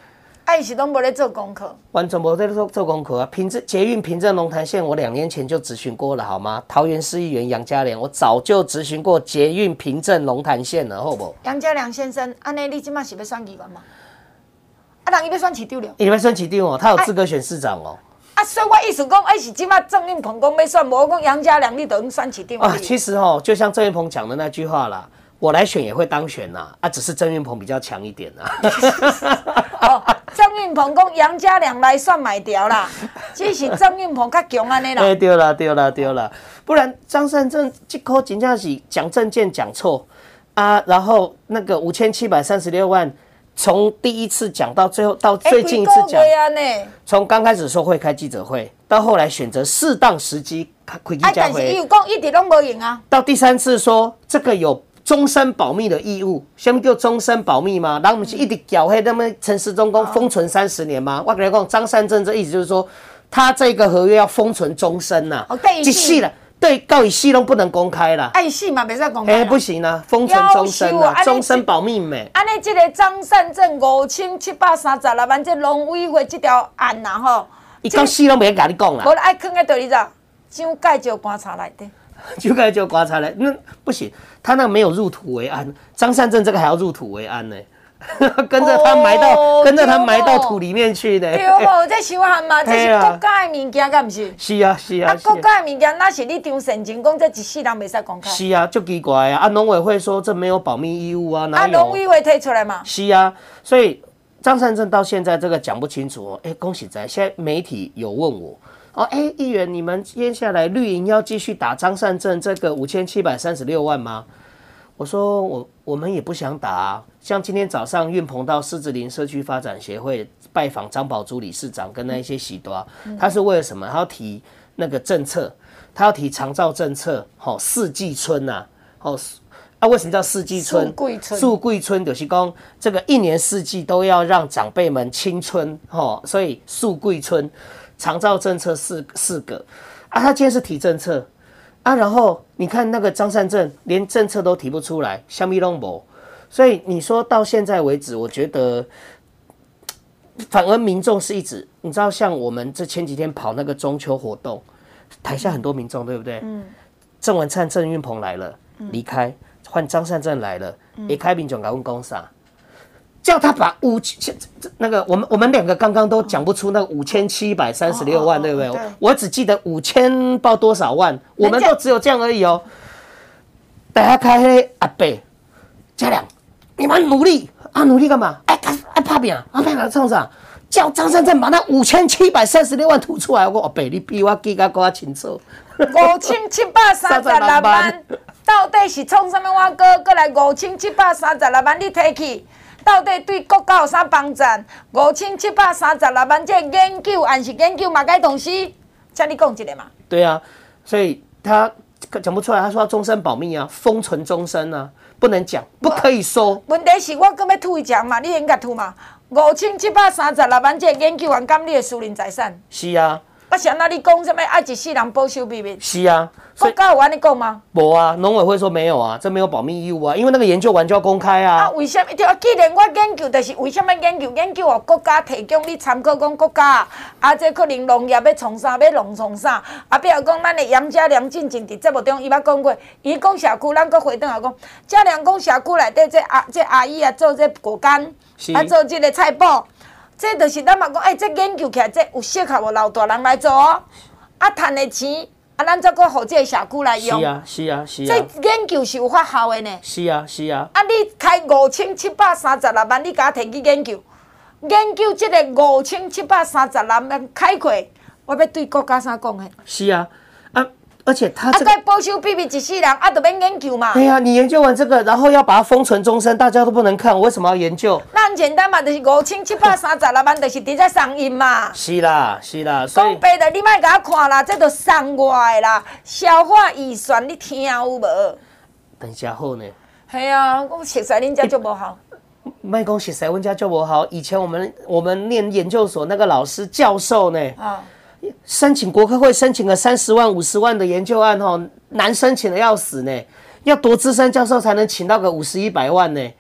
哎，是拢无咧做功课， 完全无在做做功课啊！平镇捷运平镇龙潭线，我两年前就质询过了，好吗？桃园市议员杨家良，我早就质询过捷运平镇龙潭线了，好不？ 杨家良先生，安尼你即马是要选议员吗？啊，人伊要选市长了， 伊要选市长哦，他有资格选市长哦。 啊，所以我意思讲，哎，是即马郑运鹏讲要选，无讲杨家良你就用选市长啊。其实哦，就像郑运鹏讲的那句话啦。我来选也会当选呐，啊，只是郑运鹏比较强一点呐。 哦，郑运鹏讲杨家良来算买掉啦，只是郑运鹏较强安尼啦。 哎，对啦，对啦，对啦，不然张善政这口真正是讲政见讲错啊，然后那个五千七百三十六万，从第一次讲到最后到最近一次讲，从刚开始说会开记者会，到后来选择适当时机开记者会， 但是伊有讲一直拢无用啊。 到第三次说这个有终身保密的义务，什么叫终身保密吗？然后我们是一直叫黑，那么陈时中公封存三十年吗？我跟你讲，张善政这意思就是说，他这个合约要封存终身呐、啊， 哦，对， 一世了，对，到一世都不能公开了， 爱戏嘛，没在公开， 哎，不行啊，封存终身啊，终身保密没。 安尼，这个张善政五千七百三十六万，这农委会这条案呐吼， 伊到死都袂甲你讲啦， 无爱囥在对你咋，蒋介石棺材内底。 就该就刮擦来，那不行，他那个没有入土为安，张善政这个还要入土为安呢，跟着他埋到，哦、跟着他埋到土里面去呢。 对哦，这想喊嘛，这是国家的物件，敢不是？ 是啊，是啊。 啊，国家的物件，那是你张善政讲，这一世人袂使公开。 是啊，就奇怪啊！啊，农委会说这没有保密义务啊，哪有？ 啊，农委会推出来嘛。 是啊，所以张善政到现在这个讲不清楚哦。哎，恭喜在，现在媒体有问我。哦，哎，议员，你们接下来绿营要继续打张善政这个五千七百三十六万吗？我说我我们也不想打、啊，像今天早上运鹏到狮子林社区发展协会拜访张宝珠理事长跟那一些喜多，他是为了什么？他要提那个政策，他要提长照政策，好、哦、四季春呐、啊，哦啊，为什么叫四季春？ 四季春， 四季春就是讲这个一年四季都要让长辈们青春，哦，所以四季春。长照政策四四个啊，他今天是提政策啊，然后你看那个张善政连政策都提不出来，什么都没，所以你说到现在为止，我觉得反而民众是一直，你知道像我们这前几天跑那个中秋活动，台下很多民众对不对？嗯，郑文灿、郑运鹏来了，离开，换张善政来了，离开民众甲阮讲啥？叫他把五千那个我们我们两个刚刚都讲不出那五千七百三十六万，对不对？我只记得五千报多少万，我们都只有这样而已哦。大家开黑阿伯嘉良，你们努力啊，努力干嘛？哎哎拍饼啊，拍饼唱啥？叫张善政把那五千七百三十六万吐出来。我阿伯，你比我记得更清楚。 五千七百三十六万，到底是创什么？我哥过来五千七百三十六万，你提去？到底对国家有啥帮助？五千七百三十六万，这研究还是研究嘛该同时，像你讲一个嘛？ 对啊，所以他讲不出来，他说要终身保密啊，封存终身啊，不能讲，不可以说。 问题是我搁要吐一讲嘛，你应该吐嘛？五千七百三十六万，这研究完敢你的私人财产？ 是啊。 啊，是安那你讲什么爱一世人保守秘密？ 是啊。 国家有安尼讲吗？ 没啊，农委会说没有啊，这没有保密义务啊，因为那个研究完就要公开啊。 啊，为什么？对啊，既然我研究，就是为什么研究？研究哦，国家提供你参考，讲国家啊，这可能农业要创啥，要农创啥，啊，比如讲咱的杨家良进前伫节目中，伊捌讲过，伊讲社区，咱搁回转来讲，家良讲社区内底这阿这阿姨啊，做这果干，啊，做这个菜脯，这就是咱嘛讲，哎、欸，这研究起来，这有适合无老大人来做哦，啊，赚的钱。啊，咱再搁互这个社区来用。 是啊，是啊，是啊。 这研究是有发效的呢。 是啊，是啊。 啊，你开五千七百三十六万，你甲我摕去研究，研究这个五千七百三十六万开过，我要对国家啥讲的？ 是啊，啊，而且他这个。啊，该保守秘密一世人，啊，就免研究嘛。 对啊，你研究完这个，然后要把它封存终身，大家都不能看，我为什么要研究？ 那很简单嘛，就是五千七百三十六万，就是伫在上映嘛。 是啦，是啦，所以讲白的，你莫甲我看啦，这都上外的啦，消化预算你听有无？ 等下好呢。 系啊，我熟悉恁遮足无效。 莫讲熟悉，阮遮足无效。以前我们我们念研究所那个老师教授呢。啊。申请国科会申请个三十万、五十万的研究案吼，难申请的要死呢。要多资深教授才能请到个五十一百万呢？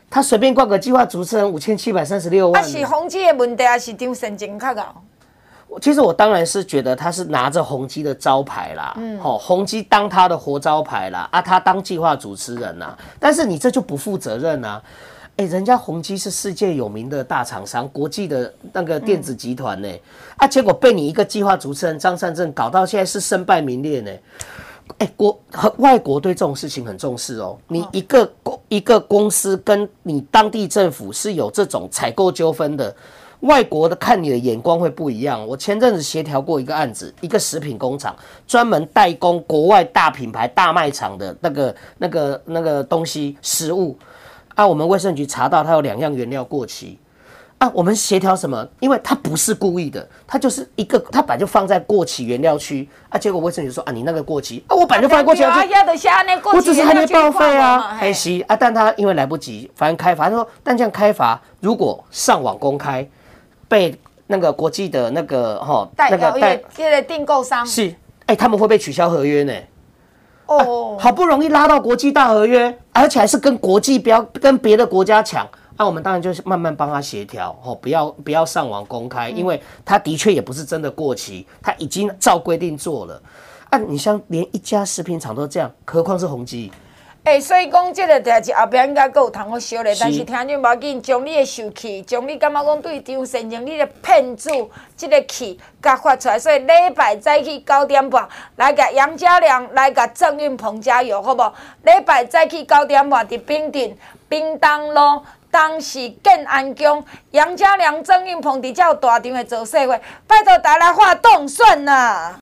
他随便挂个计划主持人五千七百三十六万。 啊，是宏基的问题，还是张善政较搞？ 其实我当然是觉得他是拿着宏基的招牌啦，嗯，哦，宏基当他的活招牌啦，啊，他当计划主持人啦，但是你这就不负责任啊，哎，人家宏基是世界有名的大厂商，国际的那个电子集团呢，嗯、啊，结果被你一个计划主持人张善政搞到现在是身败名裂呢。哎，国外国对这种事情很重视哦。你一个一个公司跟你当地政府是有这种采购纠纷的。外国的看你的眼光会不一样。我前阵子协调过一个案子，一个食品工厂专门代工国外大品牌大卖场的那个那个那个东西食物啊，我们卫生局查到它有两样原料过期啊，我们协调什么？因为它不是故意的，它就是一个它本来就放在过期原料区啊，结果卫生局说啊，你那个过期啊，我本来就放在过期原料区，我只是还没报废啊，还是啊，但他因为来不及，反正开罚，他说但这样开罚，如果上网公开。被那个国际的那个哈那个代那个订购商是哎、欸，他们会被取消合约呢。 哦、啊， 好不容易拉到国际大合约，而且还是跟国际不要跟别的国家抢，那、啊、我们当然就是慢慢帮他协调哦，不要不要上网公开，嗯、因为他的确也不是真的过期，他已经照规定做了。啊，你像连一家食品厂都这样，何况是宏基？ 欸，所以讲，这个代志后壁应该阁有通好烧咧。但是听见无要紧，将你的受气，将你感觉讲对张善政你的骗子，这个气，甲发出来。所以礼拜早起九点半来甲杨家良来甲郑运鹏加油，好无？礼拜早起九点半伫丙镇丙东路东市建安宫，杨家良、郑运鹏伫遮有大场的做社会，拜托大家发动算啦！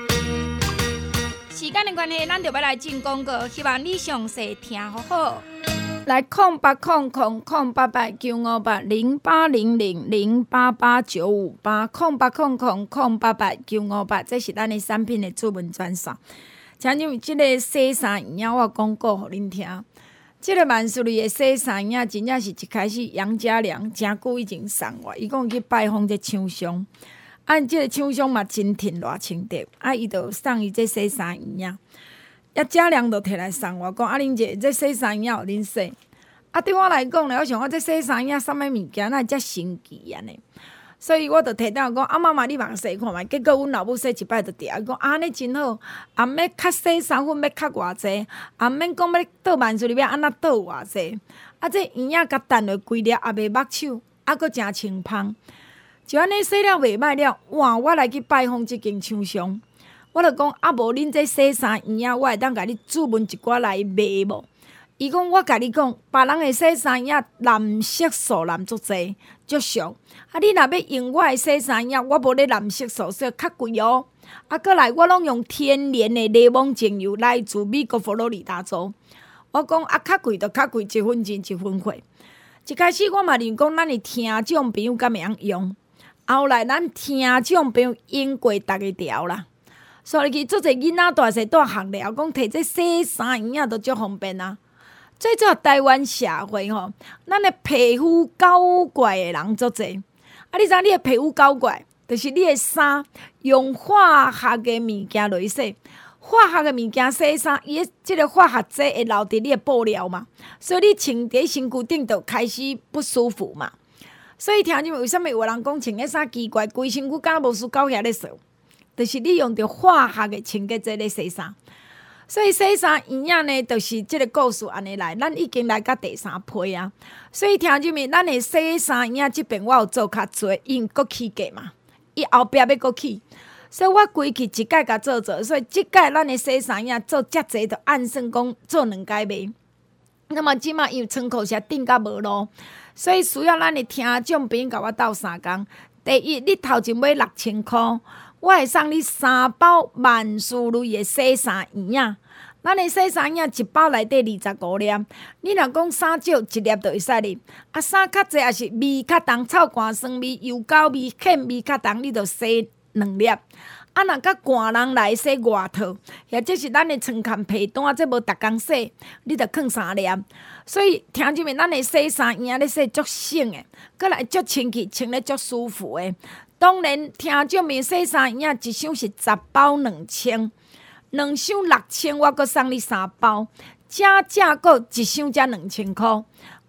时间的关系，咱就要来进广告，希望你详细听好好。来，空八空空空八八九五八零八零零零八八九五八，空八空空空八八九五八，这是咱的产品的主文专线。像你这个洗衫衣我广告给恁听，这个万斯利的洗衫衣真正是一开始杨家良真久以前送我，伊讲去拜访这厂商。啊，即个厂商嘛真挺热情的，啊，伊就送伊这洗衫衣啊，啊，家良就摕来送我，讲啊，恁这这洗衫衣互恁洗。啊，对我来讲咧，我想我这洗衫衣啥物物件，哪会遮神奇安尼？所以我就摕倒讲，啊，妈妈你嘛洗看觅。结果阮老母洗一摆就掉，讲啊，安尼真好，啊，毋免较洗衫粉要较偌济，啊，毋免讲要倒万水里要安怎倒偌济。啊，这衣仔甲澹落规粒，也袂目手，啊，佫真清芳。就安尼洗了袂歹了，哇！我来去拜访即间厂商，我就讲啊，无恁这洗衫衣啊，我会当甲你注文一寡来卖无？伊讲我甲你讲，别人的洗衫衣蓝色素蓝足济，足俗。啊，你若要用我的洗衫衣，我无咧蓝色素色较贵哦。啊，过来我拢用天然的柠檬精油，来自美国佛罗里达州。我讲啊，较贵就较贵，一分钱一分货。一开始我嘛认讲，咱的听众朋友敢会晓用。后来，咱听众朋友用过逐个条啦，所以去做者囡仔大细带学了，讲摕这洗衫衣啊，都足方便啊。最早台湾社会吼，咱的皮肤搞怪的人足济。啊，你知你的皮肤搞怪，就是你的衫用化学的物件落去洗，化学的物件洗衫，伊的即个化学剂会留伫你的布料嘛，所以你穿伫身躯顶就开始不舒服嘛。所以听你们为什么有人讲穿迄衫奇怪，规身躯敢无输狗遐咧扫？就是你用着化学的清洁剂咧洗衫。所以洗衫衣仔呢，就是即个故事安尼来。咱已经来到第三批啊。所以听你们，咱的洗衫衣仔即边我有做较侪，因搁起价嘛，伊后壁要搁起。所以我规气一届甲做做，所以即届咱的洗衫衣做遮侪，就按算讲做两届卖。那么即马因为仓库是订甲无咯。所以需要咱的听众朋友甲我斗三工。第一，你头前买六千块，我会送你三包万事类的洗衫衣啊。咱的洗衫衣一包内底二十五粒，你若讲衫少一粒就会使哩。啊，衫较济也是味较重，臭汗酸味、油膏味、蚬味较重，你就洗两粒。啊，若甲寒人来洗外套，或者是咱的床垫被单，这无逐工洗，你着放三粒。所以听即面，咱的洗衫衣咧洗足省的，搁来足清气，穿咧足舒服的。当然，听即面洗衫衣一箱是十包两千，两箱六千，我搁送你三包，加价搁一箱才两千块。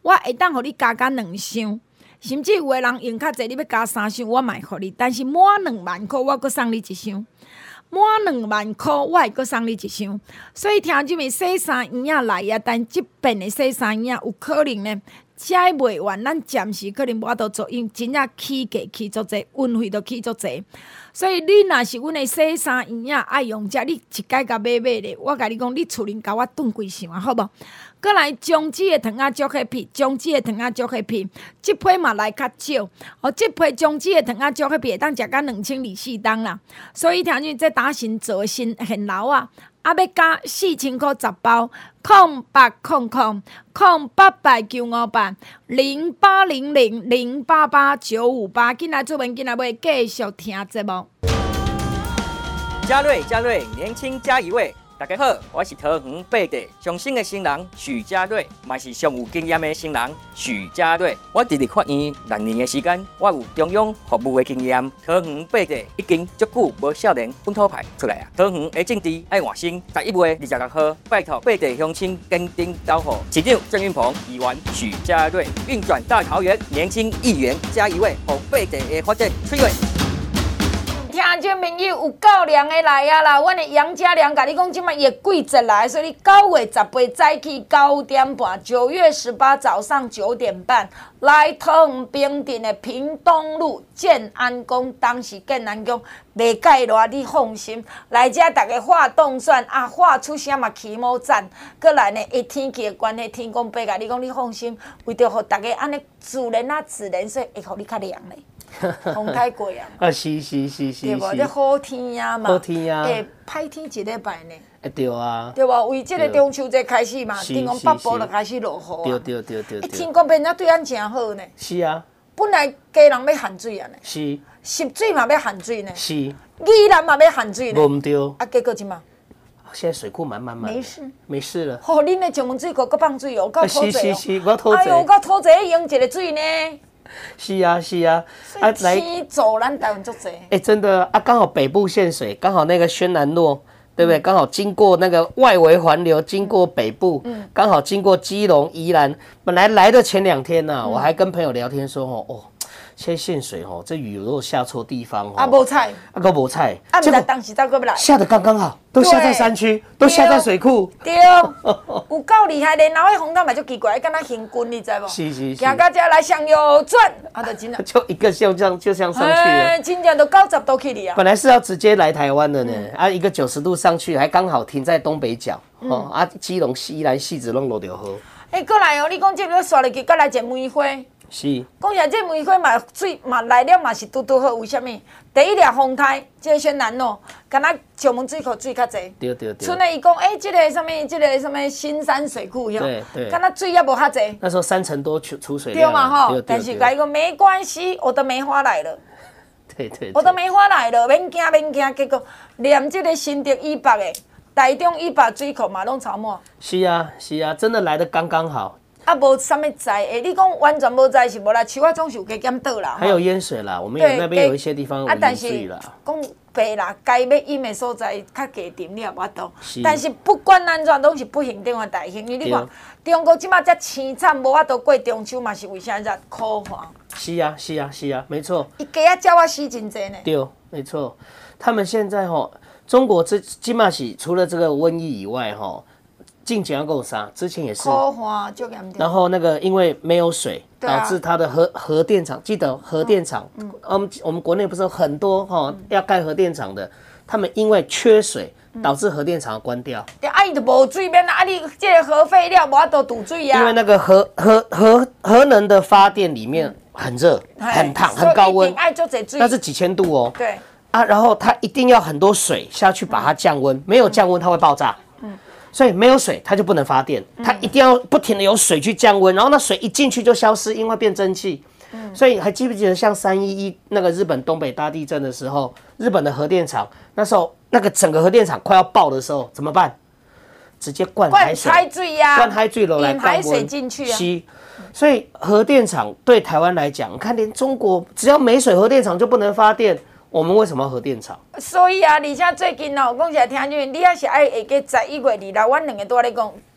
我会当互你加加两箱，甚至有个人用较济，你要加三箱，我嘛会互你。但是满两万块，我阁送你一箱。满两万块，我会阁送你一箱。所以听这面洗衫衣啊来啊，但即边的洗衫衣啊，有可能呢，食袂完，咱暂时可能无法度做，因真正起价起足济，运费都起足济。所以你若是阮的洗衫衣啊，爱用遮，你一摆甲买买咧，我甲你讲，你厝里甲我炖几箱啊，好无？过来中脂的糖仔足迄片，中脂的糖仔足迄片，即批嘛来较少。哦，即批中脂的糖仔足迄片会当食到两千二四档啦。所以听见这打新做新现楼啊，啊要加四千块十包，空八空空空八八九五八零八零零零八八九五八，进来做文，进来要继续听节目。 嘉瑞，嘉瑞，年轻加一位。大家好，我是桃园八地上新的新人许家瑞，嘛是上有经验的新人许家瑞。我直立法院六年的时间，我有中央服务的经验。桃园八地已经足久无少年本土派出来啊！桃园的政治爱换新，十一月二十六号，拜托八地乡亲坚定守护市长郑运鹏、议员许家瑞运转大桃园，年轻议员加一位，让八地的发展推位。 听众朋友有够凉的来啊啦！阮的杨家良甲你讲，即摆也季节来，所以你九月十八早起九点半，九月十八早上九点半，来桃园平镇的屏东路建安宫，当时建安宫袂介热，你放心。来遮大家画动算啊，画出啥嘛起毛赞。过来呢，伊天气的关系，天公伯甲你讲，你放心，为着互大家安尼自然啊自然，所以会互你较凉咧。风太过啊！ 啊，是是是是， 对无？这好天啊嘛， 好天啊， 会歹天一礼拜呢。 会对啊， 对无？为这个中秋节开始嘛，天公北部就开始落雨啊。对对对对对。 天公变仔对咱真好呢。 是啊。 本来家人要限水啊呢。 是。 湿水嘛要限水呢。 是。 宜兰嘛要限水呢。 无毋对。 啊，结果怎嘛？ 现在水库满满满。没事。没事了。 哦，恁的石门水库搁放水哦，够土济哦。 是是是，我土济。 哎呦，够土济用一个水呢。 是啊是啊，啊来走咱台湾足济。 哎，真的啊，刚好北部限水，刚好那个轩南路，对不对？刚好经过那个外围环流，经过北部，嗯，刚好经过基隆、宜兰。本来来的前两天呢，我还跟朋友聊天说，哦哦。现在限水吼，这雨如果下错地方吼， 啊无菜， 啊个无菜， 啊结果当时早过不来， 下的刚刚好，都下在山区，都下在水库， 对，有够厉害的。然后迄风浪嘛就奇怪，敢若行军，你知无？ 是是是。 行到这来向右转，啊，就真的就一个就这样就这样上去了， 真正都九十度去哩啊。 本来是要直接来台湾的呢，啊，一个九十度上去，还刚好停在东北角，哦，啊，基隆、西兰、戏子拢落着雨。 哎，过来哦，你讲这个刷入去，过来一梅花。 是， 讲起来，这梅花嘛水嘛来了嘛是拄拄好，为什么？第一粒风台，这个轩南路，敢若石门水库水较济。 对对对。 村内伊讲，哎、欸，这个什么，这个什么新山水库哟， 对对。 敢若水也无较济。 那时候三成多出出水量。 对嘛吼，但是甲伊讲没关系，我的梅花来了。 对对。 我的梅花来了，免惊免惊，结果连这个新竹以北的台中以北水库嘛拢超满。 是啊是啊，真的来得刚刚好。 啊，无啥物灾诶！你讲完全无灾是无啦，树啊总是有加减倒啦。 还有淹水啦，我们有那边有一些地方有淹水啦。 讲白啦，该要淹的所在较低沉了无多。但是不管安怎，拢是不幸中的大幸。因为你看，中国即马遮凄惨，无法度过中秋嘛，是为啥热苦寒？ 是啊，是啊，是啊，没错。 伊鸡仔鸟啊死真济呢。 对，没错。他们现在吼，中国这即马是除了这个瘟疫以外吼。近前要够杀，之前也是，然后那个因为没有水，导致它的核核电厂，记得核电厂，嗯，我们我们国内不是有很多哈要盖核电厂的，他们因为缺水，导致核电厂关掉。 啊，伊就无水免啊，你这个核废料无法度堵水啊。 因为那个核核核核能的发电里面很热、很烫、很高温，那是几千度哦。 对。 啊，然后它一定要很多水下去把它降温，没有降温它会爆炸。嗯。所以没有水，它就不能发电，它一定要不停的有水去降温，然后那水一进去就消失，因为变蒸汽。嗯、所以还记不记得像三一一那个日本东北大地震的时候，日本的核电厂那时候那个整个核电厂快要爆的时候怎么办？直接灌海水， 灌海水呀、啊， 灌海水楼来引海水进去啊。 是，所以核电厂对台湾来讲，看连中国只要没水，核电厂就不能发电。我们为什么要核电厂？ 所以啊，而且最近哦，讲起来听见，你也是爱下个十一月二六，阮两个都在讲，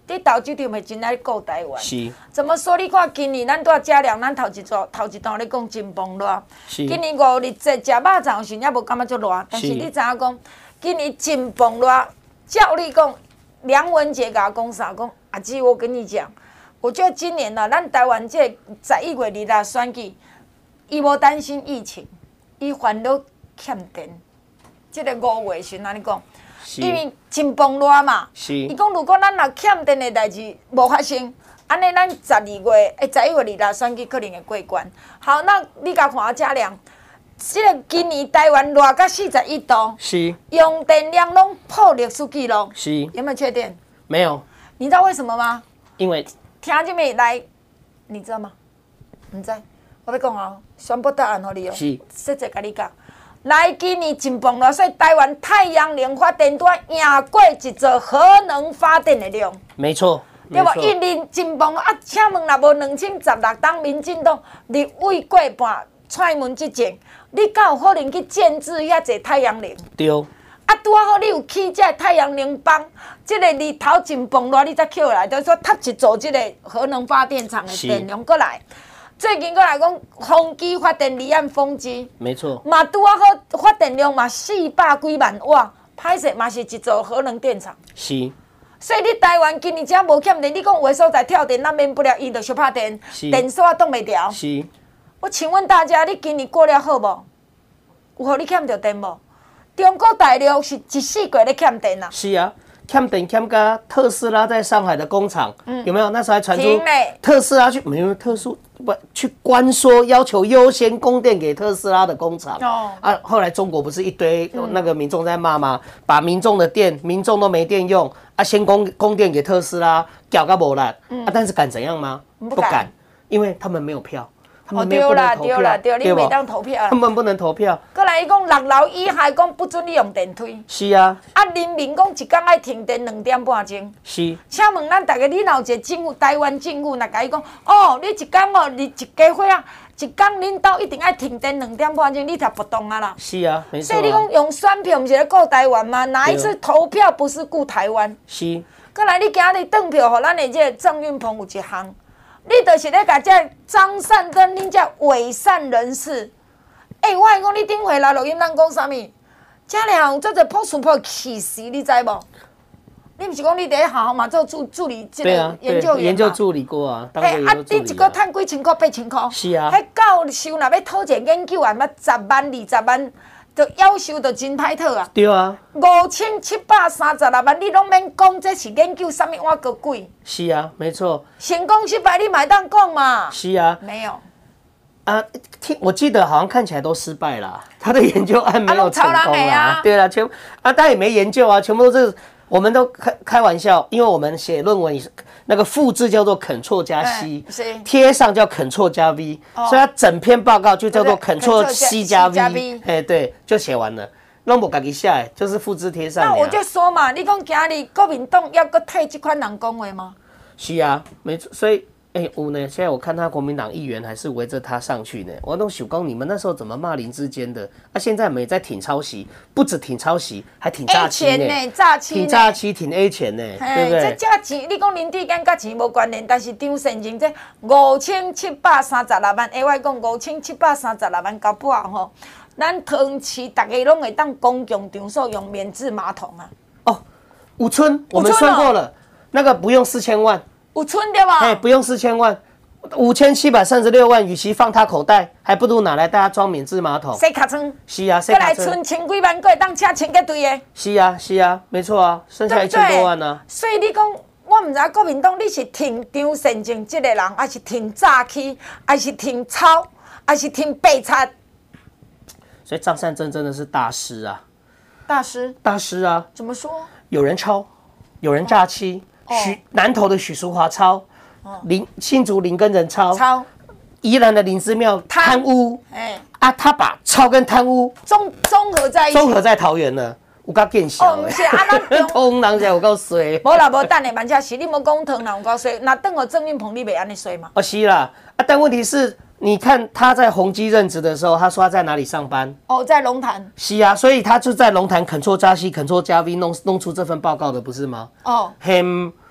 你投资场会真爱顾台湾。 是。 怎么说？你看今年咱拄遮量，咱头一组头一段咧讲真崩热。 是。 今年五日节食肉粽时也无感觉足热，但是你知影讲，今年真崩热。照你讲，梁文杰甲我讲啥？讲阿姊，我跟你讲，我觉得今年呢，咱台湾这十一月二日选举，伊无担心疫情，伊烦恼欠电。即个五月时安尼讲。因为真崩热嘛，伊讲如果咱若欠电的代志无发生，安尼咱十二月诶十一月二日选举可能会过关。好，那你甲看遮量，即个今年台湾热到四十一度， 是用电量拢破历史纪录， 是有没有确定？ 没有。 你知道为什么吗？ 因为听这边来，你知道吗？唔知，我要讲哦，宣布答案互你哦， 是， 细节甲你讲。来，今年真崩热，所以台湾太阳能发电端赢过一座核能发电的量。 没错， 对无？一年真崩啊！请问，若无两千十六当民进党立委过半踹门执政，你敢有可能去建制遐济太阳能？ 对。 啊，拄啊好，你有起这太阳能帮，这个日头真崩热，你才起来，就是说ทั一座这个核能发电厂的电量过来。最近过来讲，风机发电离岸风机， 没错， 嘛拄啊好，发电量嘛四百几万瓦，歹势嘛是一座核能电厂。 是。 所以你台湾今年只无欠电，你讲有的所在跳电，咱免不了伊就小拍电，电线挡袂牢。 是。 我请问大家，你今年过了好无？有互你欠着电无？中国大陆是一四月咧欠电啊。 是啊。欠电欠个特斯拉在上海的工厂、嗯、有没有？那时候还传出特斯拉去没有特殊不去关说，要求优先供电给特斯拉的工厂。哦啊，后来中国不是一堆那个民众在骂吗？嗯、把民众的电，民众都没电用啊，先供供电给特斯拉，搞个无烂、嗯、啊！但是敢怎样吗？不敢，不敢，因为他们没有票。他们没有不能投票， 对啦，对啦，对，你袂当投票啦。 他们不能投票。 过来，伊讲六楼以下讲不准你用电梯。 是啊。啊， 人民讲一天爱停电两点半钟。 是。 请问咱大家，你若有一个政府，台湾政府若甲伊讲，哦，你一天哦，你一家伙啊，一天恁兜一定爱停电两点半钟，你才不动啊啦。 是啊，没错、啊。 所以你讲用选票，不是咧顾台湾吗？哪一次投票不是顾台湾？ 是。 过来，你今日转票，互咱的这个郑运鹏有一项。你就是咧甲这张善跟恁这伪善人士，哎、欸，我讲你顶回来录音，咱讲啥物？这俩做做破事破气死，你知无？你毋是讲你伫好好嘛做助助理这个研究员嘛？ 研究助理过啊，当过研究助理啊。 啊，你一个趁几千块、八千块？ 是啊。 迄教授若要讨一个研究案，要十万、二十万，就要求就真歹讨啊。 对啊。 五千七百三十六万，你拢免讲，这是研究啥物碗个贵？ 是啊，没错。 成功失败你买当讲嘛？ 是啊。 没有。 啊，听我记得好像看起来都失败了，他的研究案没有成功啊。啊对了，全啊，他也没研究啊，全部都是我们都开开玩笑，因为我们写论文那个复制叫做 Ctrl 加 C， 贴上叫 Ctrl 加 V，、哦、所以它整篇报告就叫做 Ctrl C 加 V， 哎，对，就写完了。拢无家己写的，就是复制贴上。 那我就说嘛，你讲今日国民党要搁替这款人讲话吗？ 是啊，没错，所以。哎、欸，有呢！现在我看他国民党议员还是围着他上去呢。我都想讲，你们那时候怎么骂林智坚的？啊，现在我们也在挺抄袭，不止挺抄袭，还挺诈欺呢， 诈欺， 挺诈欺，挺 A 钱呢，对不对？ 这诈钱，你讲林智坚甲钱无关联，但是张善政这五千七百三十六万，哎，我讲五千七百三十六万搞不好吼，咱桃园市大家拢会当公共场所用免治马桶啊。 哦，五村我们算过了，哦、那个不用四千万。 五村对吧？ 哎，不用四千万，五千七百三十六万，与其放他口袋，还不如拿来大家装免治马桶。 洗卡村？ 是啊， 再来存千几万，过当车千个堆的。 是啊，是啊，没错啊，剩下一千多万啊。 所以你讲，我唔知国民党你是挺张善政这个人，还是挺诈欺，还是挺抄，还是挺背叛？ 所以张善政真的是大师啊！ 大师？ 大师啊！ 怎么说？有人抄，有人诈欺。哦许、哦、南投的许淑华抄，哦、林新竹林根人抄， 抄宜兰的林之妙贪污，哎啊，他把抄跟贪污综综合在一起， 综合在桃园了，有够见效哦，不是啊，咱通人才有够衰。 无啦无，等下慢车是你莫讲通人有够衰，那等我郑运鹏你袂安尼衰嘛？ 哦是啦，啊，但问题是。你看他在宏基任职的时候，他说他在哪里上班？ 哦，在龙潭。 是啊，所以他就在龙潭 Ctrl 加 C Ctrl 加 V 弄弄出这份报告的，不是吗？哦，很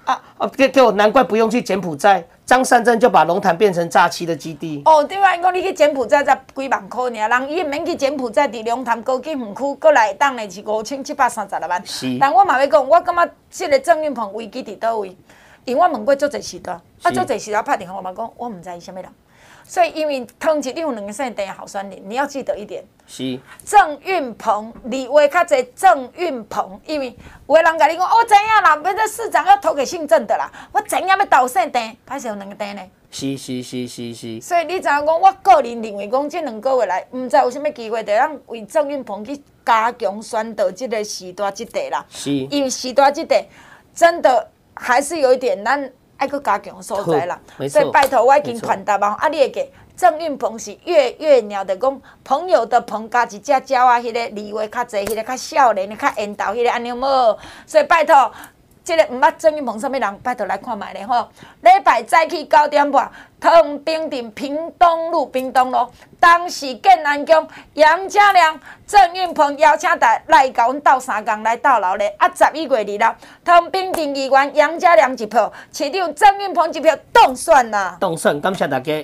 啊啊！给给我，难怪不用去柬埔寨。张善政就把龙潭变成诈欺的基地。 哦，对啊，因讲你去柬埔寨才几万块尔，人伊免去柬埔寨，伫龙潭高级园区过来当的是五千七百三十六万。 是。 但我嘛要讲，我感觉这个郑运鹏危机伫倒位？因为我问过足侪时段，啊足侪时段拍电话我嘛讲，我毋知伊啥物人。所以因为汤吉你有两个姓陈好选人，你要记得一点。 是。 郑运鹏，你话较侪郑运鹏，因为有个人甲你讲，我知影啦，要这市长要投给姓郑的啦，我知影要投姓陈，歹势有两个陈呢。 是是是是是。 所以你知影讲，我个人认为讲，这两个月来，毋知有啥物机会，就让为郑运鹏去加强宣导这个时代这地啦。 是。 因为时代这地真的还是有一点咱。爱搁加强所在啦，所以拜托我已经传达嘛，啊，你会记郑运鹏是月月鸟的讲朋友的朋加一只鸟啊，迄个字话较济，迄个较少年的较缘投，迄个安尼无，所以拜托，即、这个毋捌郑运鹏啥物人，拜托来看卖咧吼。礼拜早起九点半，汤平镇屏东路屏东路，当时建安宫杨家良、郑运鹏邀请大来甲阮斗三工来斗楼咧。啊，十一月二日，汤平镇议员杨家良一票，市长郑运鹏一票，当选啦！ 当选，感谢大家。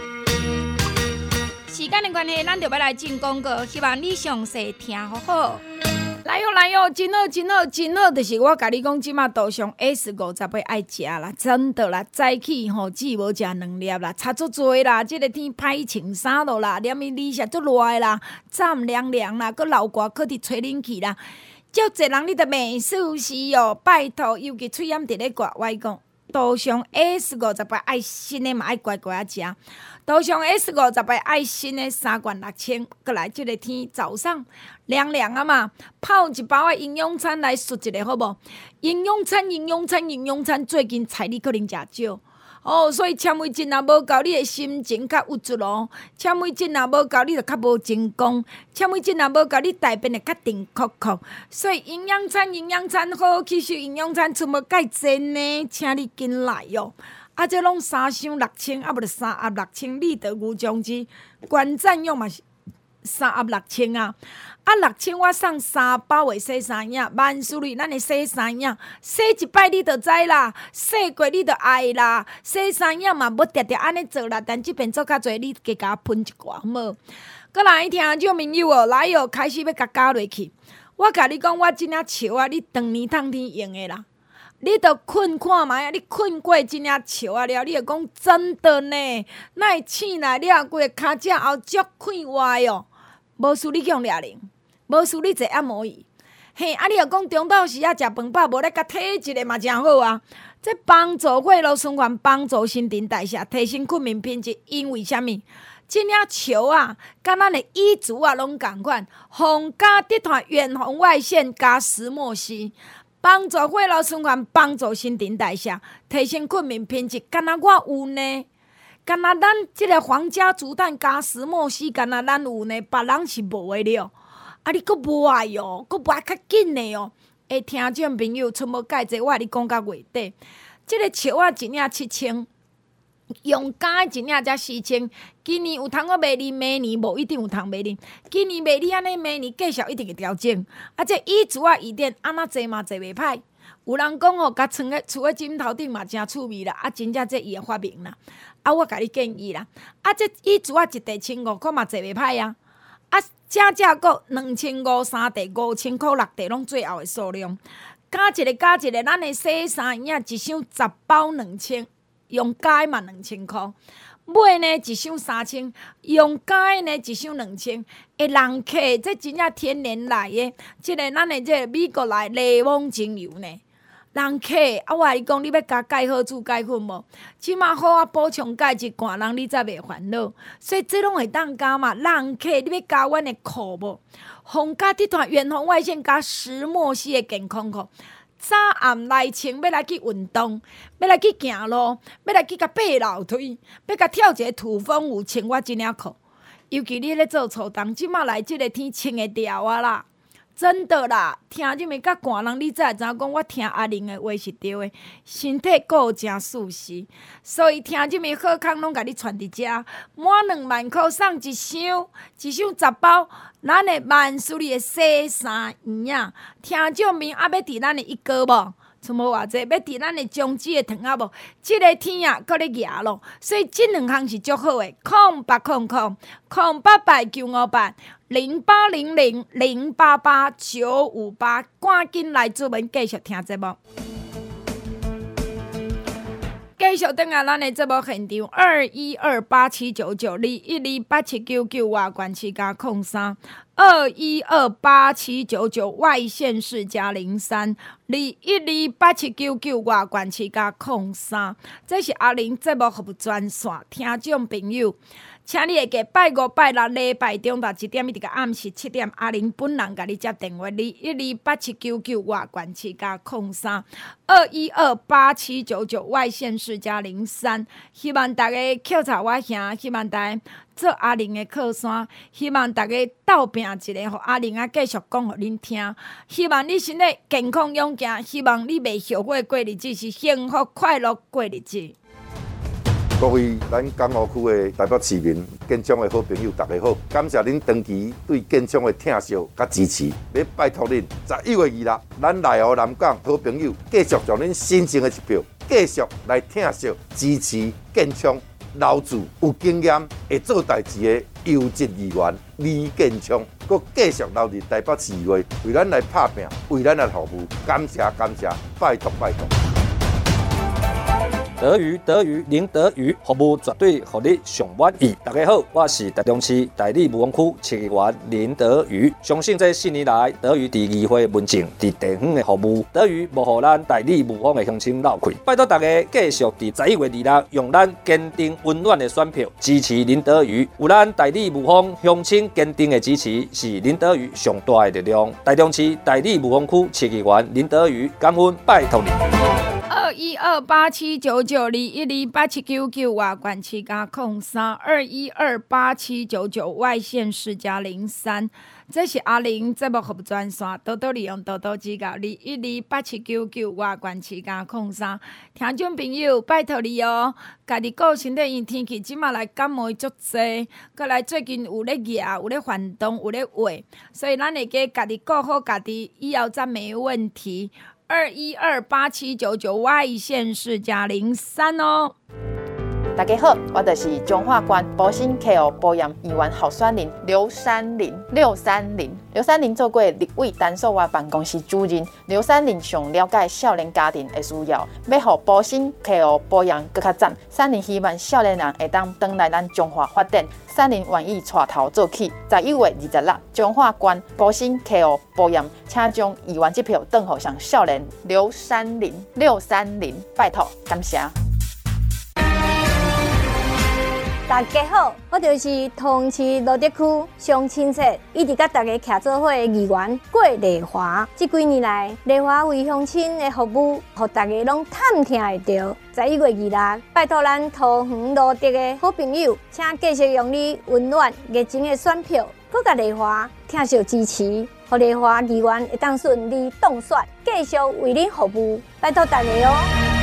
时间的关系，咱就要来进广告，希望你详细听好好。来哟来哟，真好真好真好，就是我甲你讲，即马路上 S 五十八爱食啦，真的啦，早起吼只无食两粒啦，差足多啦，即、這个天歹穿衫咯啦，连伊里下足热啦，站凉凉啦，搁流汗，搁伫吹冷气啦，足侪人你着袂舒适哦，拜托，尤其喙炎伫咧刮，我讲。路上 S 五十八爱新的嘛，爱乖乖啊食。路上 S 五十八爱新的三罐六千，过来即个天早上凉凉啊嘛，泡一包的营养餐来说一个好无？营养餐、营养餐、营养餐，最近菜你可能食少。哦，所以纤维质若无够，你的心情较郁卒咯；纤维质若无够，你就较无精光；纤维质若无够，你大便会较定壳壳。所以营养餐、营养餐好吸收，营养餐出无钙真呢，请你紧来哟！啊，这拢三箱六千，啊无就三盒六千，立德牛浆汁，原赞用嘛是三盒六千啊。啊，六千我送三包的洗衫影，万事如意，咱的洗衫影，洗一摆你就知啦，洗过你就爱啦。洗衫影嘛，要定定安尼做啦，但即边做较侪，你加甲喷一寡好无？搁来听众朋友哦，来哦，开始要甲加落去。我甲你讲，我真正笑啊，你当年通天用的啦。你著困看觅啊！你困过真正笑啊了，你会讲真的呢？哪会醒来了，规个骹只后足快活哦？无输你用掠零。无输你坐按摩椅，嘿，啊！你若讲中昼时啊食饭饱，无咧甲体一个嘛真好啊！这帮助血路循环，帮助新陈代谢，提升睡眠品质。因为虾米？这领球啊，甲咱的椅子啊，拢共款，红加地团远红外线加石墨烯，帮助血路循环，帮助新陈代谢，提升睡眠品质。敢若我有呢？敢若咱这个皇家竹炭加石墨烯，敢若咱有呢？别人是无的了。啊！你阁无爱哦，阁无爱较紧的哦。诶，听众朋友，出无介济，我甲你讲到月底，即、這个树啊一领七千，用假的一领才四千。今年有通我卖你，明年无一定有通卖你。今年卖你安尼，明年计数一定会调整。啊，这椅子啊椅垫安那坐嘛坐袂歹。有人讲吼，甲藏咧厝诶枕头顶嘛真趣味啦。啊，真正这伊会发明啦。啊，我甲你建议啦。啊，这椅子啊一地千五块嘛坐袂歹啊。啊，正正个两千五三地五千块六地拢最后的数量，加一个加一个，咱的洗衫影一箱十包两千，用加的嘛两千块，买呢一箱三千，用加的呢一箱两千，会人客这真正天然来的，即、這個咱的即個美國來雷蒙精油呢。人客啊，我甲你讲，你要加钙好煮钙粉无？即马好啊，补充钙一罐，人你才袂烦恼。所以这拢会当加嘛。人客你要加阮的裤无？红加地团远红外线加石墨烯的健康裤，早暗来穿，要来去运动，要来去行路，要来去甲爬楼梯，要甲跳一个土风舞，穿我即领裤。尤其你咧做初冬，即马来即个天穿会掉啊啦。真的啦，听入面甲寒人，你才会知影讲我听阿玲的话是对的，身体够真舒适，所以听入面好康拢甲你传伫遮，满两万块送一箱，一箱十包，咱的万事利的洗衫衣啊，听入面还要伫咱的一哥无， 剩无偌济，要伫咱的中止的糖啊无，即、这个天啊，搁咧热咯，所以即两项是足好的。空八空空空八八九五八零八零零零八八九五八，赶紧来主文继续听节目。继续等下咱的节目现场，二一二八七九九二一二八七九九外关市加空三，二一二八七九九外县市加零三，二一二八七九九外关市加空三。这是阿玲节目服务专线，听众朋友。请你会记拜五、拜六、礼拜中昼一点一直到暗时七点，阿玲本人甲你接电话，二一二八七九九外关市加空三，二一二八七九九外县市加零三。希望大家扣查我兄，希望大家做阿玲的靠山，希望大家斗拼一个，互阿玲啊继续讲互恁听。希望你身体健康勇健，希望你袂后悔过日子，是幸福快乐过日子。 各位咱港湖区的台北市民、建昌的好朋友，大家好！感谢恁长期对建昌的疼惜甲支持，要拜托恁十一月二日，咱内湖南港好朋友继续将恁新增的一票，继续来疼惜支持建昌老主有经验、会做代志的优质议员李建昌，佮继续留伫台北市议会，为咱来拍拼，为咱来服务。感谢感谢，拜托拜托。 德语德语林德语服务绝对互你上满意。大家好，我是台中市大理武峰区市议员林德语。相信这四年来，德语伫议会文政、伫地方的服务，德语无互咱大理武峰的乡亲漏气。拜托大家继续伫十一月二日，用咱坚定温暖的选票支持林德语。有咱大理武峰乡亲坚定的支持，是林德语上大的力量。台中市大理武峰区市议员林德语，感恩拜托你。 二一二八七九九二一二八七九九外关市加空三，二一二八七九九外县市加零三。这是阿玲节目服务专线，多多利用，多多指教。二一二八七九九外关市加空三，听众朋友拜托你哦，家己顾身体，因天气即马来感冒足济，过来最近有咧热，有咧烦冻，有咧胃，所以咱会记家己顾好家己，以后才没问题。二一二八七九九外县市加零三哦。 大家好，我就是中华关保险 K O 保养议员候选人刘三林。六三零，刘三林做过立委单数外办公室主任。刘三林上了解少年家庭的需要，要互保险 K O 保养更较赞。三林希望少年人会当回来咱中华发展。三林愿意带头做起。十一月二十六，中华关保险 K O 保养，请将议员这票转互上少年刘三林。六三零，拜托，感谢。 大家好，我就是同市罗德区上亲切，一直甲大家徛做伙的议员郭丽华。这几年来，丽华为乡亲的服务，互大家拢探听会到。十一月二日，拜托咱桃园罗德的好朋友，请继续用你温暖热情的选票，搁甲丽华听受支持，互丽华议员会当顺利当选，继续为您服务。拜托大家哦。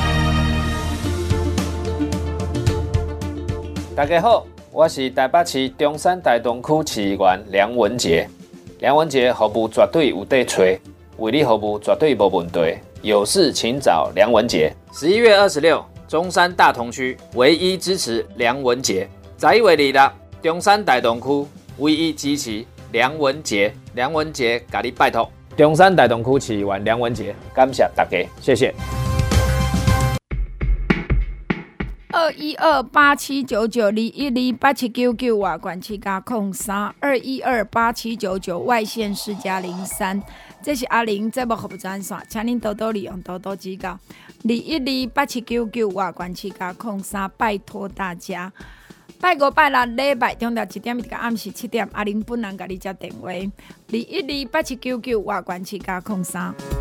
大家好，我是台北市中山大东区市议员梁文杰。梁文杰服务绝对有得找，为你服务绝对无问题。有事请找梁文杰。十一月二十六，中山大同区唯一支持梁文杰。十一月二日，中山大东区唯一支持梁文杰。梁文杰，甲你拜托。中山大东区市议员梁文杰，感谢大家，谢谢。 二一二八七九九二一二八七九九外关市加空三，二一二八七九九外县市加零三。这是阿玲节目服务专线，请您多多利用，多多指教。二一二八七九九外关市加空三，拜托大家。拜五、拜六、礼拜中昼一点一直到暗时七点，阿玲本人甲你接电话。二一二八七九九外关市加空三。